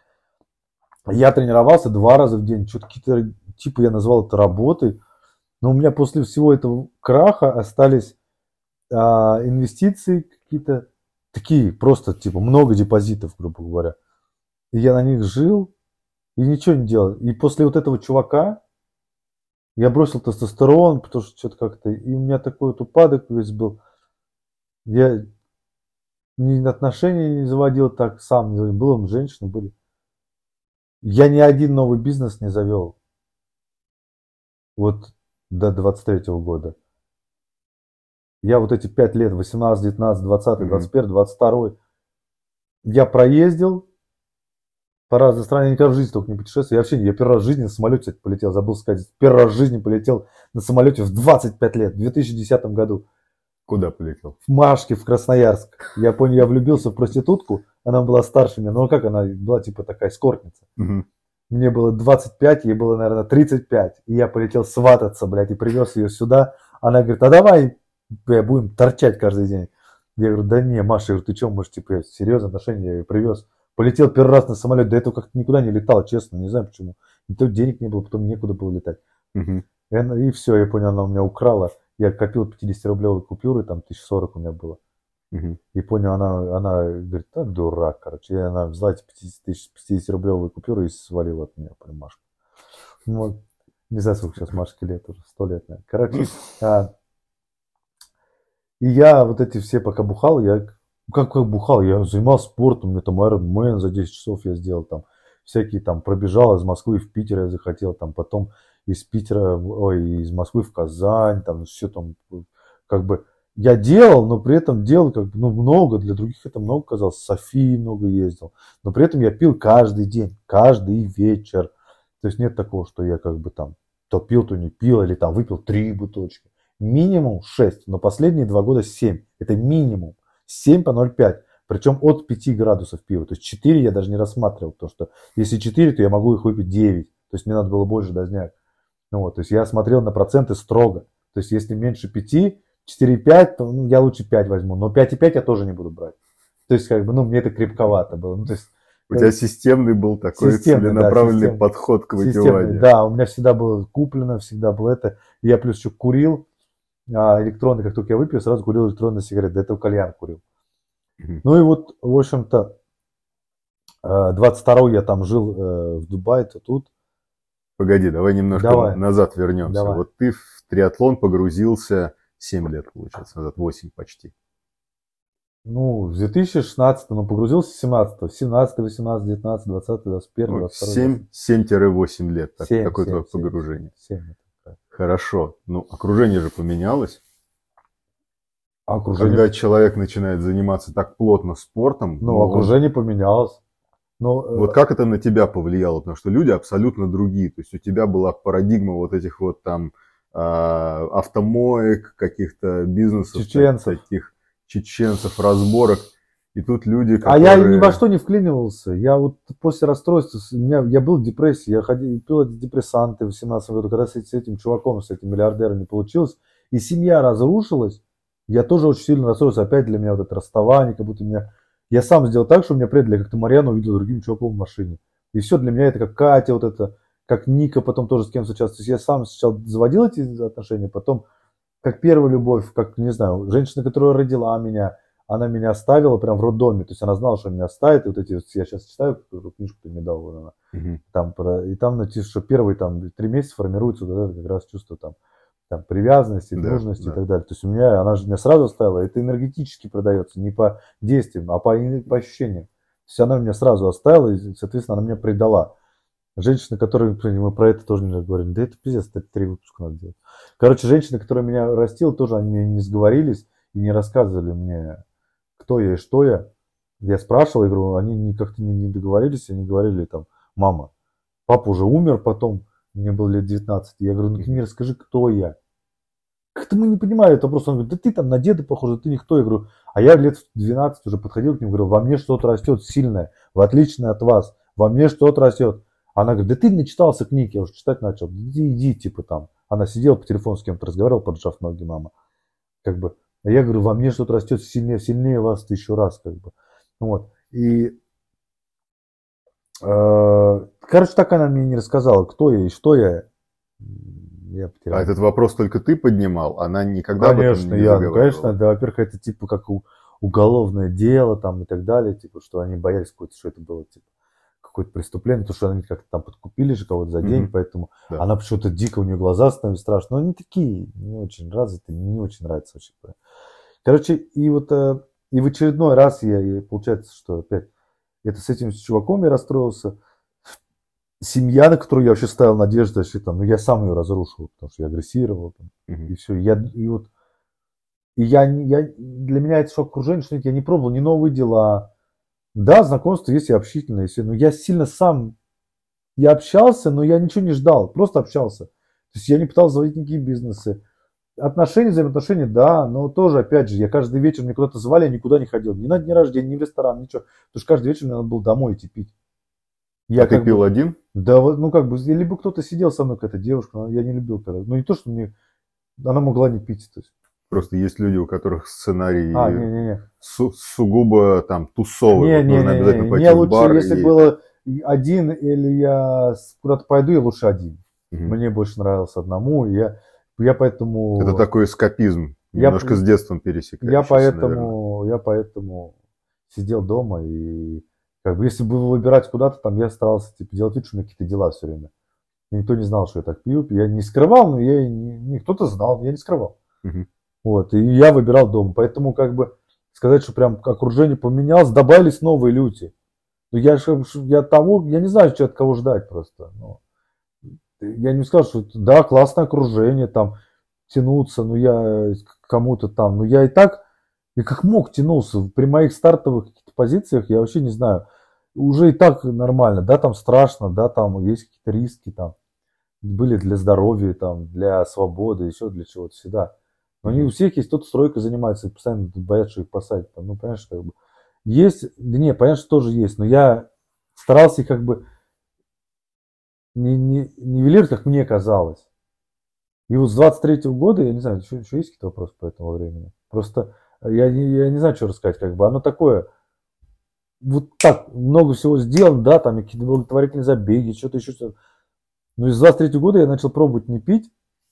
Я тренировался два раза в день, что-то какие-то, типа я назвал это работой, но у меня после всего этого краха остались а, инвестиции какие-то такие, просто типа много депозитов, грубо говоря. И я на них жил и ничего не делал. И после вот этого чувака я бросил тестостерон, потому что что-то как-то... И у меня такой вот упадок весь был. Я ни отношения не заводил так сам, не заводил. Было, женщины были. Я ни один новый бизнес не завел. Вот до двадцать третьего года. Я вот эти пять лет, восемнадцать, девятнадцать, двадцать, двадцать один, двадцать два, я проездил по разным странам, я никогда в жизни только не путешествовал. Я вообще, я первый раз в жизни на самолете, кстати, полетел, забыл сказать. Первый раз в жизни полетел на самолете в двадцать пять лет, в две тысячи десятом году. Куда полетел? В Машке, в Красноярск. Я понял, я влюбился в проститутку, она была старше меня, ну как она была, типа такая эскортница. Мгм. Мне было двадцать пять, ей было, наверное, тридцать пять. И я полетел свататься, блядь, и привез ее сюда. Она говорит, а давай бля, будем торчать каждый день. Я говорю, да не, Маша, я говорю, ты что, может, типа, серьезно, отношения, я ее привез. Полетел первый раз на самолет, до этого как-то никуда не летал, честно, не знаю почему. И то денег не было, потом некуда было летать. Мгм. И, она- и все, я понял, она у меня украла. Я копил пятидесятирублевые купюры, там тысяча сорок у меня было. Мгм. И понял, она, она говорит, да, дурак, короче. И она взяла эти пятидесятирублевые купюры и свалила от меня, прям Машка. Вот. Не знаю, сколько сейчас Машке лет, уже сто лет, наверное. Короче, а, и я вот эти все, пока бухал, я как, как бухал, я занимался спортом, у меня там Ironman за десять часов я сделал, там всякие там пробежал из Москвы в Питер я захотел, там потом из Питера, ой, из Москвы в Казань, там все там, как бы я делал, но при этом делал как бы, ну, много, для других это много казалось, в Софии много ездил, но при этом я пил каждый день, каждый вечер, то есть нет такого, что я как бы там то пил, то не пил, или там выпил три бутылочки. Минимум шесть, но последние два года семь. Это минимум. семь по ноль целых пять. Причем от пяти градусов пива. То есть четыре я даже не рассматривал. Потому что если четыре, то я могу их выпить девять. То есть мне надо было больше дозняк. Ну, вот, то есть я смотрел на проценты строго. То есть если меньше пяти, четыре и пять, то ну, я лучше пять возьму. Но пять и пять я тоже не буду брать. То есть, как бы, ну, мне это крепковато было. Ну, то есть, у тебя системный был такой системный, целенаправленный да, системный, подход к выпиванию. Да, у меня всегда было куплено, всегда было это. Я плюс еще курил а, электронный, как только я выпил, сразу курил электронные сигареты. До этого кальян курил. Mm-hmm. Ну и вот, в общем-то, двадцать второго я там жил в Дубае, то тут. Погоди, давай немножко давай. назад вернемся. Давай. Вот ты в триатлон погрузился семь лет, получается, назад, восемь почти. Ну, в две тысячи шестнадцатом, ну, погрузился семнадцатого, семнадцатый, восемнадцатый, девятнадцатый, двадцатый, двадцать первый, двадцать второй. семь-восемь лет, так, семь, такое твое погружение. семь, семь. Хорошо. Ну, окружение же поменялось. Окружение... Когда человек начинает заниматься так плотно спортом. Ну, ну окружение он... поменялось. Но, вот э... как это на тебя повлияло? Потому что люди абсолютно другие. То есть у тебя была парадигма вот этих вот там э, автомоек, каких-то бизнесов. Чеченцев. Таких чеченцев, разборок. И тут люди, которые... А я ни во что не вклинивался. Я вот после расстройства, у меня, я был в депрессии, я ходил, пил эти депрессанты в семнадцатом году, когда с, с этим чуваком, с этим миллиардером не получилось, и семья разрушилась, я тоже очень сильно расстроился. Опять для меня вот это расставание, как будто меня... Я сам сделал так, что меня предали, как-то Марьяну увидел другим чуваком в машине. И все для меня это как Катя, вот это, как Ника потом тоже с кем сейчас. То есть я сам сначала заводил эти отношения, потом как первая любовь, как, не знаю, женщина, которая родила меня, она меня оставила прям в роддоме, то есть она знала, что меня оставит, и вот эти, я сейчас читаю эту книжку, ты мне дал, вот она, uh-huh. там, про, и там написано, что первые там три месяца формируется вот это как раз чувство там, там привязанности, да, дружности да. и так далее. То есть у меня, она же меня сразу оставила, это энергетически продается, не по действиям, а по, по ощущениям. То есть она меня сразу оставила, и, соответственно, она меня предала. Женщина, которая, мы про это тоже не говорили, да это пиздец, это три выпуска надо делать. Короче, женщина, которая меня растила, тоже они мне не сговорились и не рассказывали мне, кто я и что я. Я спрашивал, я говорю, они как-то не, не договорились, они говорили там, мама, папа уже умер потом, мне было лет девятнадцать. Я говорю, ну ты мне расскажи, кто я. Как-то мы не понимали этот вопрос. Он говорит, да ты там на деда похож, ты никто. Я говорю, а я лет в двенадцать уже подходил к ним, говорю, во мне что-то растет сильное, в отличие от вас, во мне что-то растет. Она говорит, да ты начитался книг, я уже читать начал, иди, иди, типа там. Она сидела по телефону с кем-то разговаривала, поджав ноги, мама. Как бы, а я говорю, во мне что-то растет сильнее, сильнее вас тысячу раз, как бы. Вот. И, э, короче, так она мне не рассказала, кто я и что я. Я а этот вопрос только ты поднимал? Она никогда конечно, об этом не я, заговаривала? Конечно, да, во-первых, это типа как у, уголовное дело там и так далее, типа, что они боялись какое-то, что это было, типа, какое-то преступление, потому что они как-то там подкупили же кого-то за день, mm-hmm. поэтому да. она почему-то дико, у нее глаза становились страшные, но они такие, не очень развитые, мне не очень нравится вообще. Короче, и вот и в очередной раз я, и получается, что опять, это с этим чуваком я расстроился, семья, на которую я вообще ставил надежду, вообще, там, ну я сам ее разрушил, потому что я агрессировал, там, mm-hmm. и все, я, и вот, и я, я, для меня это шок окружение, что я не пробовал ни новые дела. Да, знакомство есть и общительное, но я сильно сам, я общался, но я ничего не ждал, просто общался. То есть я не пытался заводить никакие бизнесы. Отношения, взаимоотношения, да, но тоже, опять же, я каждый вечер, мне куда-то звали, я никуда не ходил. Ни на день рождения, ни в ресторан, ничего. Потому что каждый вечер мне надо было домой идти пить. Я а ты пил бы, один? Да, ну как бы, либо кто-то сидел со мной, какая-то девушка, но я не любил когда. Ну не то, что мне, она могла не пить, то есть. Просто есть люди, у которых сценарий а, не, не, не. Су- сугубо там тусовый. Не, вот не, нужно не, обязательно не, пойти мне в лучше, бар если и... было один или я куда-то пойду, я лучше один. Угу. Мне больше нравилось одному, и я, я поэтому... Это такой эскапизм, я, немножко с детством пересекающийся, я поэтому, я поэтому сидел дома, и как бы если бы выбирать куда-то, там я старался типа, делать вид, что у меня какие-то дела все время. И никто не знал, что я так пью. Я не скрывал, но я и не, не кто-то знал, но я не скрывал. Угу. Вот, и я выбирал дом. Поэтому, как бы, сказать, что прям окружение поменялось, добавились новые люди. Но я, я того, я не знаю, что от кого ждать просто. Но я не скажу, что да, классное окружение, там, тянуться, но я кому-то там, но я и так, я как мог тянулся. При моих стартовых каких-то позициях, я вообще не знаю, уже и так нормально, да, там страшно, да, там есть какие-то риски, там, были для здоровья, там, для свободы, еще для чего-то всегда. Но не у всех есть, кто-то стройкой занимается, постоянно боятся, что их посадят. Там, ну, понимаешь, как бы. Есть, да не, понятно, что тоже есть, но я старался их как бы не, не, нивелировать, как мне казалось. И вот с двадцать третьего года, я не знаю, еще, еще есть какие-то вопросы по этому времени? Просто я не, я не знаю, что рассказать, как бы. Оно такое, вот так много всего сделано, да, там какие-то благотворительные забеги, что-то еще. Что-то. Но с двадцать третьего года я начал пробовать не пить.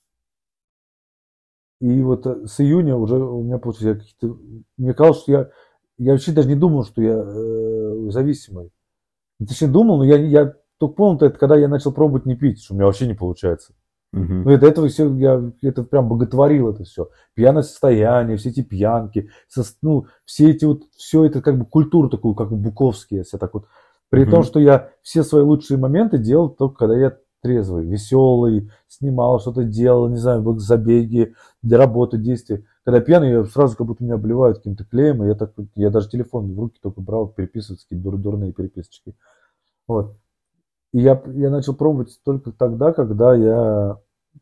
И вот с июня уже у меня получилось, какие-то, мне казалось, что я, я вообще даже не думал, что я э, зависимый. Точнее думал, но я, я только понял, это когда я начал пробовать не пить, что у меня вообще не получается. Угу. Ну, и до этого все, я это прям боготворил это все. Пьяное состояние, все эти пьянки, со, ну, все эти вот, все это как бы культуру такую, как бы буковские, если так вот. При угу. том, что я все свои лучшие моменты делал только когда я трезвый, веселый, снимал, что-то делал, не знаю, забеги, для работы, действия. Когда пьяный, я сразу как будто меня обливают каким-то клеем, и я, так, я даже телефон в руки только брал, переписывать какие-то дур, дурные переписочки. Вот. И я, я начал пробовать только тогда, когда я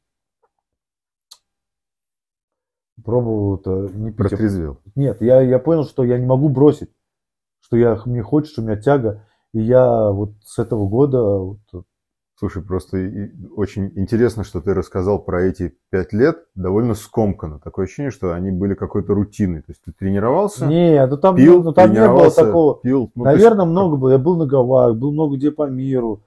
пробовал это не пить. Протрезвел. Нет, я, я понял, что я не могу бросить, что я, мне хочется, у меня тяга. И я вот с этого года... Вот, слушай, просто очень интересно, что ты рассказал про эти пять лет довольно скомканно. Такое ощущение, что они были какой-то рутиной. То есть ты тренировался, не, ну там, пил, ну, там не было такого. Пил. Ну, наверное, есть... много было. Я был на Гавайях, был много где по миру.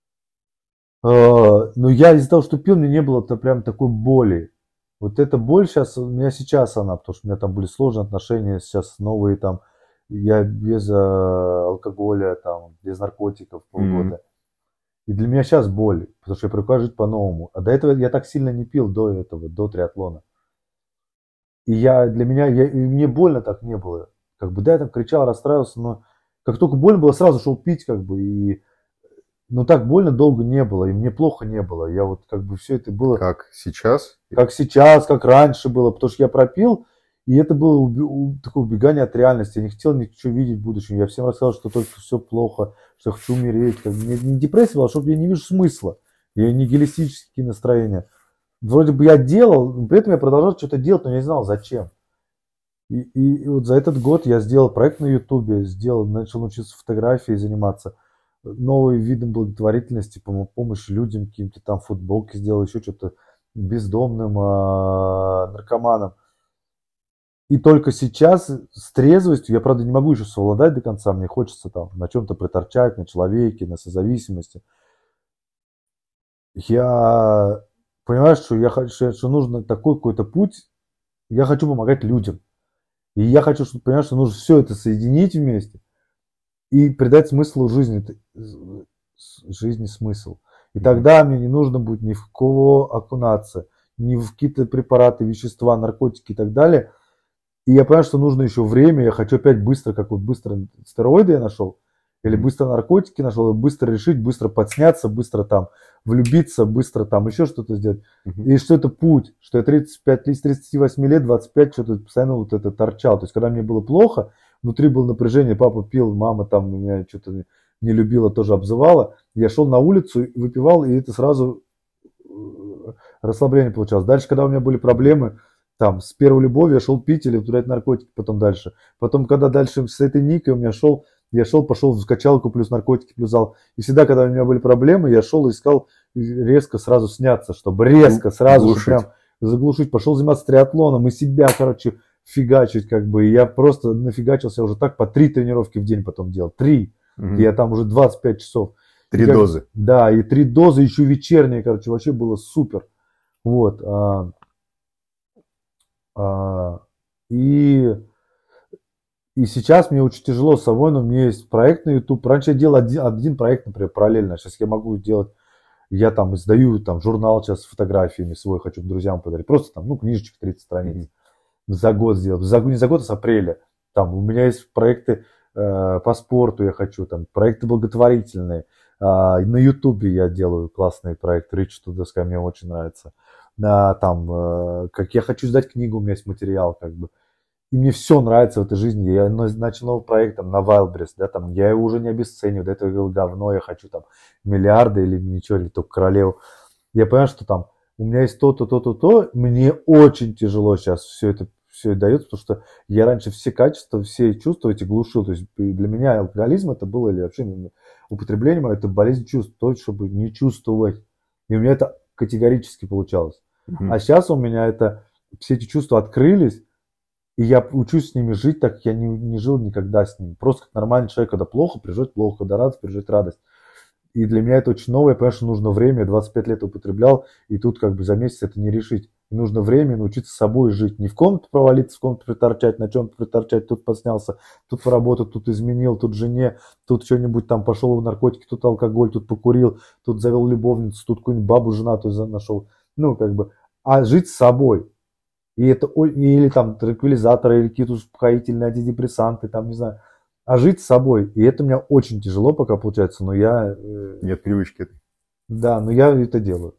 Но я из-за того, что пил, мне не было прям такой боли. Вот эта боль сейчас, у меня сейчас она, потому что у меня там были сложные отношения, сейчас новые там, я без алкоголя, там, без наркотиков полгода. Mm-hmm. И для меня сейчас боль, потому что я привыкаю жить по-новому. А до этого я так сильно не пил, до этого, до триатлона. И я, для меня, я, и мне больно так не было. Как бы, да, я там кричал, расстраивался, но как только больно было, сразу шел пить, как бы, и... Но так больно долго не было, и мне плохо не было. Я вот как бы все это было... Как сейчас? Как сейчас, как раньше было, потому что я пропил, и это было уби- такое убегание от реальности. Я не хотел ничего видеть в будущем. Я всем рассказал, что только все плохо, что я хочу умереть. Как бы, мне не депрессия была, чтобы я не вижу смысла. Я нигилистические настроения. Вроде бы я делал, при этом я продолжал что-то делать, но я не знал зачем. И, и, и вот за этот год я сделал проект на Ютубе, сделал, начал учиться фотографией заниматься. Новые виды благотворительности, помощь людям, каким-то там футболки сделал, еще что-то бездомным, наркоманам. И только сейчас с трезвостью, я, правда, не могу еще совладать до конца, мне хочется там на чем-то приторчать, на человеке, на созависимости. Я понимаю, что я хочу, что нужно такой какой-то путь, я хочу помогать людям. И я хочу, чтобы понимать, что нужно все это соединить вместе и придать смыслу жизни, жизни смысл. И тогда мне не нужно будет ни в кого окунаться, ни в какие-то препараты, вещества, наркотики и так далее. И я понимаю, что нужно еще время, я хочу опять быстро, как вот быстро стероиды я нашел, или быстро наркотики нашел, быстро решить, быстро подсняться, быстро там влюбиться, быстро там еще что-то сделать. Uh-huh. И что это путь, что я тридцать пять, тридцать восемь лет, двадцать пять что-то постоянно вот это торчал. То есть, когда мне было плохо, внутри было напряжение, папа пил, мама там меня что-то не любила, тоже обзывала. Я шел на улицу, выпивал, и это сразу расслабление получалось. Дальше, когда у меня были проблемы, там, с первой любовью я шел пить или употреблять наркотики, потом дальше. Потом, когда дальше с этой Никой у меня шел, я шел, пошел в качалку, плюс наркотики, плюс зал. И всегда, когда у меня были проблемы, я шел и искал резко сразу сняться, чтобы резко сразу же прям заглушить. Пошел заниматься триатлоном и себя, короче, фигачить, как бы. И я просто нафигачился уже так, по три тренировки в день потом делал. Три. Угу. Я там уже двадцать пять часов. Три как, дозы. Да, и три дозы, еще вечерние, короче, вообще было супер. Вот. А, а, и, и сейчас мне очень тяжело с собой, но у меня есть проект на YouTube. Раньше я делал один, один проект, например, параллельно. Сейчас я могу делать, я там издаю там, журнал сейчас с фотографиями свой, хочу друзьям подарить. Просто там, ну, книжечек тридцать страниц. Mm-hmm. За год сделал. За, не за год, а с апреля. Там у меня есть проекты э, по спорту, я хочу, там, проекты благотворительные. Э, на Ютубе я делаю классный проект Rich to the Sky, мне очень нравится. А, там, э, как я хочу сдать книгу, у меня есть материал, как бы. И мне все нравится в этой жизни. Я начал новый проект там, на Wildberries, да, там, я его уже не обесцениваю. До этого я говорил, говно, я хочу там миллиарды или ничего, или только королеву. Я понимаю, что там у меня есть то-то, то-то, то. Мне очень тяжело сейчас все это, все это дается, потому что я раньше все качества, все чувства эти глушил. То есть для меня алкоголизм это было, или вообще употребление мое, это болезнь чувств, то, чтобы не чувствовать. И у меня это категорически получалось. Mm-hmm. А сейчас у меня это, все эти чувства открылись, И я учусь с ними жить, так как я не, не жил никогда с ними. Просто как нормальный человек, когда плохо, переживать плохо, когда радость, переживать радость. И для меня это очень новое, потому что нужно время, я двадцать пять лет употреблял, и тут как бы за месяц это не решить. И нужно время научиться собой жить. Не в комнату провалиться, в комнату приторчать, на чем-то приторчать, тут подснялся, тут в работу, тут изменил, тут жене, тут что-нибудь там пошел в наркотики, тут алкоголь, тут покурил, тут завел любовницу, тут какую-нибудь бабу женатую нашел. Ну, как бы, а жить с собой. И это, или там транквилизаторы, или какие-то успокоительные антидепрессанты, там, не знаю. А жить с собой. И это у меня очень тяжело пока получается, но я... Нет привычки этой. Да, но я это делаю.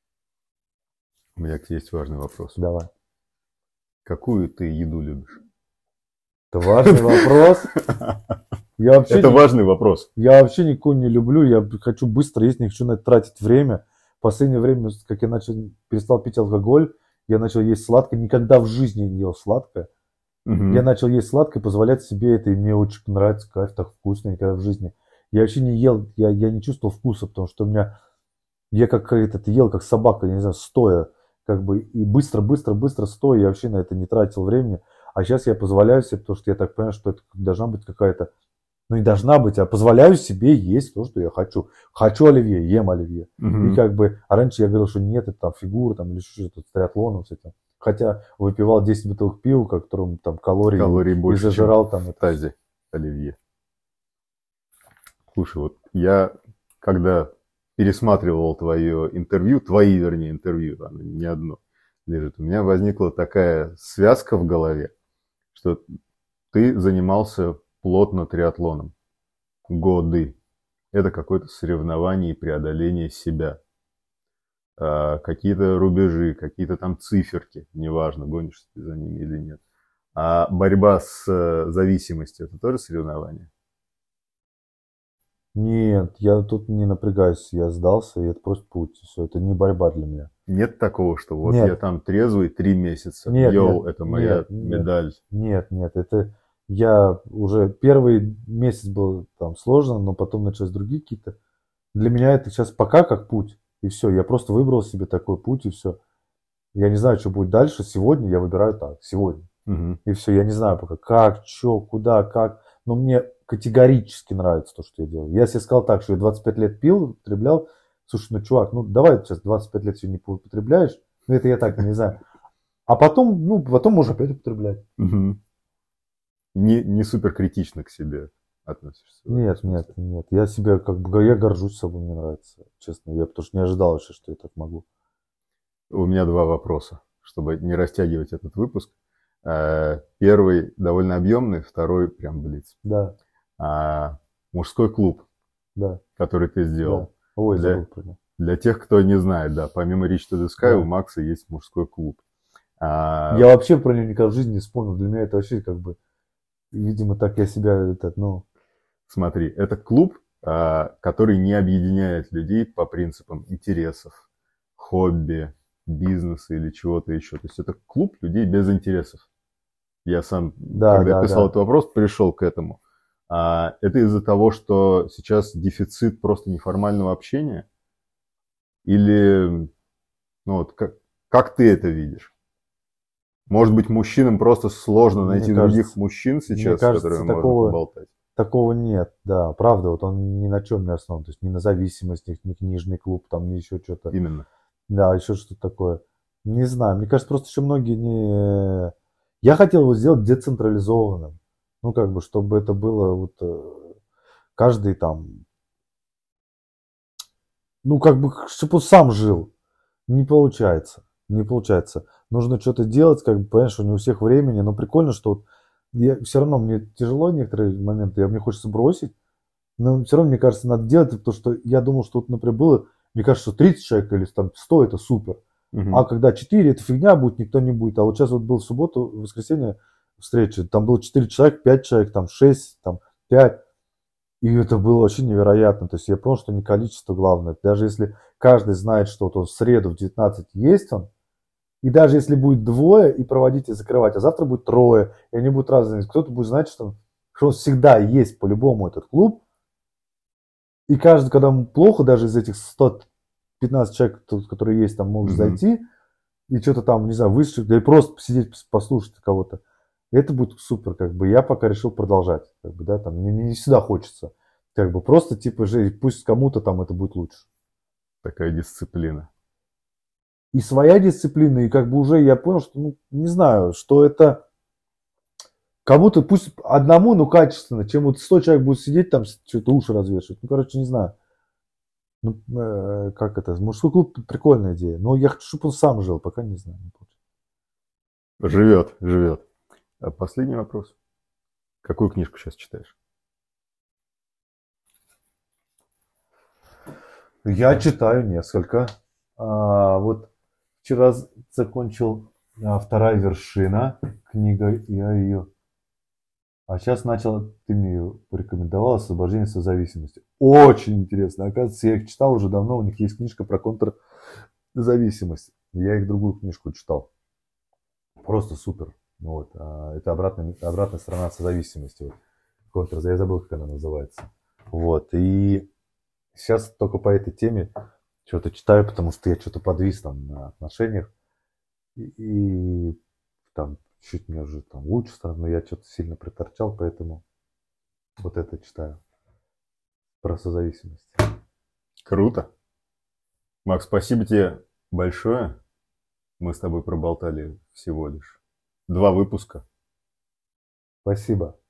У меня есть важный вопрос. Давай. Какую ты еду любишь? Это важный вопрос. Я вообще это не, важный вопрос. Я вообще никого не люблю. Я хочу быстро есть, не хочу на это тратить время. В последнее время, как я начал, перестал пить алкоголь, я начал есть сладкое. Никогда в жизни не ел сладкое. Угу. Я начал есть сладкое, позволять себе это, и мне очень нравится, кайф, так вкусно, никогда в жизни. Я вообще не ел, я, я не чувствовал вкуса, потому что у меня, я как этот, ел как собака, я не знаю, стоя, как бы, и быстро, быстро, быстро стоя, я вообще на это не тратил времени. А сейчас я позволяю себе, потому что я так понимаю, что это должна быть какая-то, ну не должна быть, а позволяю себе есть то, что я хочу. Хочу оливье, ем оливье. Угу. И как бы, а раньше я говорил, что нет, это там фигура, там, или что-то с триатлоном, с этим. Хотя выпивал десять бутылок пива, которым там калорий, калорий больше, и зажирал там в тазе оливье. Слушай, вот я, когда пересматривал твое интервью, твои, вернее, интервью, оно не одно лежит, у меня возникла такая связка в голове, что ты занимался плотно триатлоном годы. Это какое-то соревнование и преодоление себя. Какие-то рубежи, какие-то там циферки, неважно, гонишься ты за ними или нет. А борьба с зависимостью – это тоже соревнование? Нет, я тут не напрягаюсь, я сдался, и это просто путь, все, это не борьба для меня. Нет такого, что вот нет. я там трезвый три месяца, нет, йоу, нет, это моя нет, медаль. Нет, нет, это я уже первый месяц был там сложно, но потом начались другие какие-то. Для меня это сейчас пока как путь. И все, я просто выбрал себе такой путь, и все. Я не знаю, что будет дальше. Сегодня я выбираю так, сегодня. Угу. И все, я не знаю пока, как, что, куда, как. Но мне категорически нравится то, что я делаю. Я себе сказал так, что я двадцать пять лет пил, употреблял. Слушай, ну, чувак, ну, давай сейчас двадцать пять лет сегодня не употребляешь. Ну, это я так не знаю. А потом, ну, потом можно опять употреблять. Угу. Не, не супер критично к себе относишься? Нет, нет, нет. Я себя как бы, я горжусь собой, мне нравится, честно. Я потому что не ожидал вообще, что я так могу. У меня два вопроса, чтобы не растягивать этот выпуск. Первый довольно объемный, второй прям блиц. Да. А, мужской клуб, да. который ты сделал. Да. Ой, для, забыл про него. Для тех, кто не знает, да, помимо Reach to the Sky, да. у Макса есть мужской клуб. А... Я вообще про него никогда в жизни не вспомнил. Для меня это вообще как бы, видимо, так я себя, этот, ну... Смотри, это клуб, который не объединяет людей по принципам интересов, хобби, бизнеса или чего-то еще. То есть это клуб людей без интересов. Я сам, да, когда да, писал да. этот вопрос, пришел к этому. А это из-за того, что сейчас дефицит просто неформального общения? Или, ну вот, как, как ты это видишь? Может быть, мужчинам просто сложно найти мне других кажется, мужчин сейчас, кажется, с которыми такого, можно поболтать? Такого нет, да, правда, вот он ни на чем не основан, то есть ни на зависимости, ни книжный клуб, там, ни еще что-то. Именно. Да, еще что-то такое. Не знаю, мне кажется, просто еще многие не... Я хотел его сделать децентрализованным, ну, как бы, чтобы это было вот каждый там, ну, как бы, чтобы он сам жил. Не получается, не получается. Нужно что-то делать, как бы, понимаешь, что не у всех времени, но прикольно, что вот я, все равно мне тяжело некоторые моменты, я, мне хочется бросить, но все равно, мне кажется, надо делать, потому что я думал, что вот, например, было, мне кажется, что тридцать человек или там сто это супер, uh-huh. а когда четыре, это фигня будет, никто не будет. А вот сейчас вот был в субботу, в воскресенье встреча, там было четыре человека, пять человек, там шесть, там пять, и это было очень невероятно. То есть я понял, что не количество главное, даже если каждый знает, что вот он в среду в девятнадцать есть он, и даже если будет двое и проводить и закрывать, а завтра будет трое, и они будут разные, кто-то будет знать, что, что он всегда есть по-любому этот клуб. И каждый, когда ему плохо, даже из этих сто пятнадцать человек, которые есть, там можешь mm-hmm. зайти и что-то там, не знаю, высших, да и просто посидеть, послушать кого-то. Это будет супер, как бы. Я пока решил продолжать, как бы, да, там, не, не всегда хочется. Как бы просто, типа, же, пусть кому-то там это будет лучше. Такая дисциплина. И своя дисциплина, и как бы уже я понял, что, ну, не знаю, что это кому-то, пусть одному, но качественно, чем вот сто человек будет сидеть там, что-то уши развешивать. Ну, короче, не знаю. Ну, э, как это, мужской клуб прикольная идея. Но я хочу, чтобы он сам жил, пока не знаю. Живет, живет. А последний вопрос. Какую книжку сейчас читаешь? Я читаю несколько. А, вот вчера закончил а, «Вторая вершина» книга, я ее... А сейчас начал, ты мне ее порекомендовал, «Освобождение от зависимости». Очень интересно. Оказывается, я их читал уже давно, у них есть книжка про контрзависимость. Я их другую книжку читал. Просто супер. Вот. Это обратная, обратная сторона созависимости. Контрзависимость. Я забыл, как она называется. Вот. И сейчас только по этой теме что-то читаю, потому что я что-то подвис там на отношениях. И, и там чуть мне уже там лучше стало, но я что-то сильно приторчал, поэтому вот это читаю. Про созависимость. Круто. Макс, спасибо тебе большое. Мы с тобой проболтали всего лишь два выпуска. Спасибо.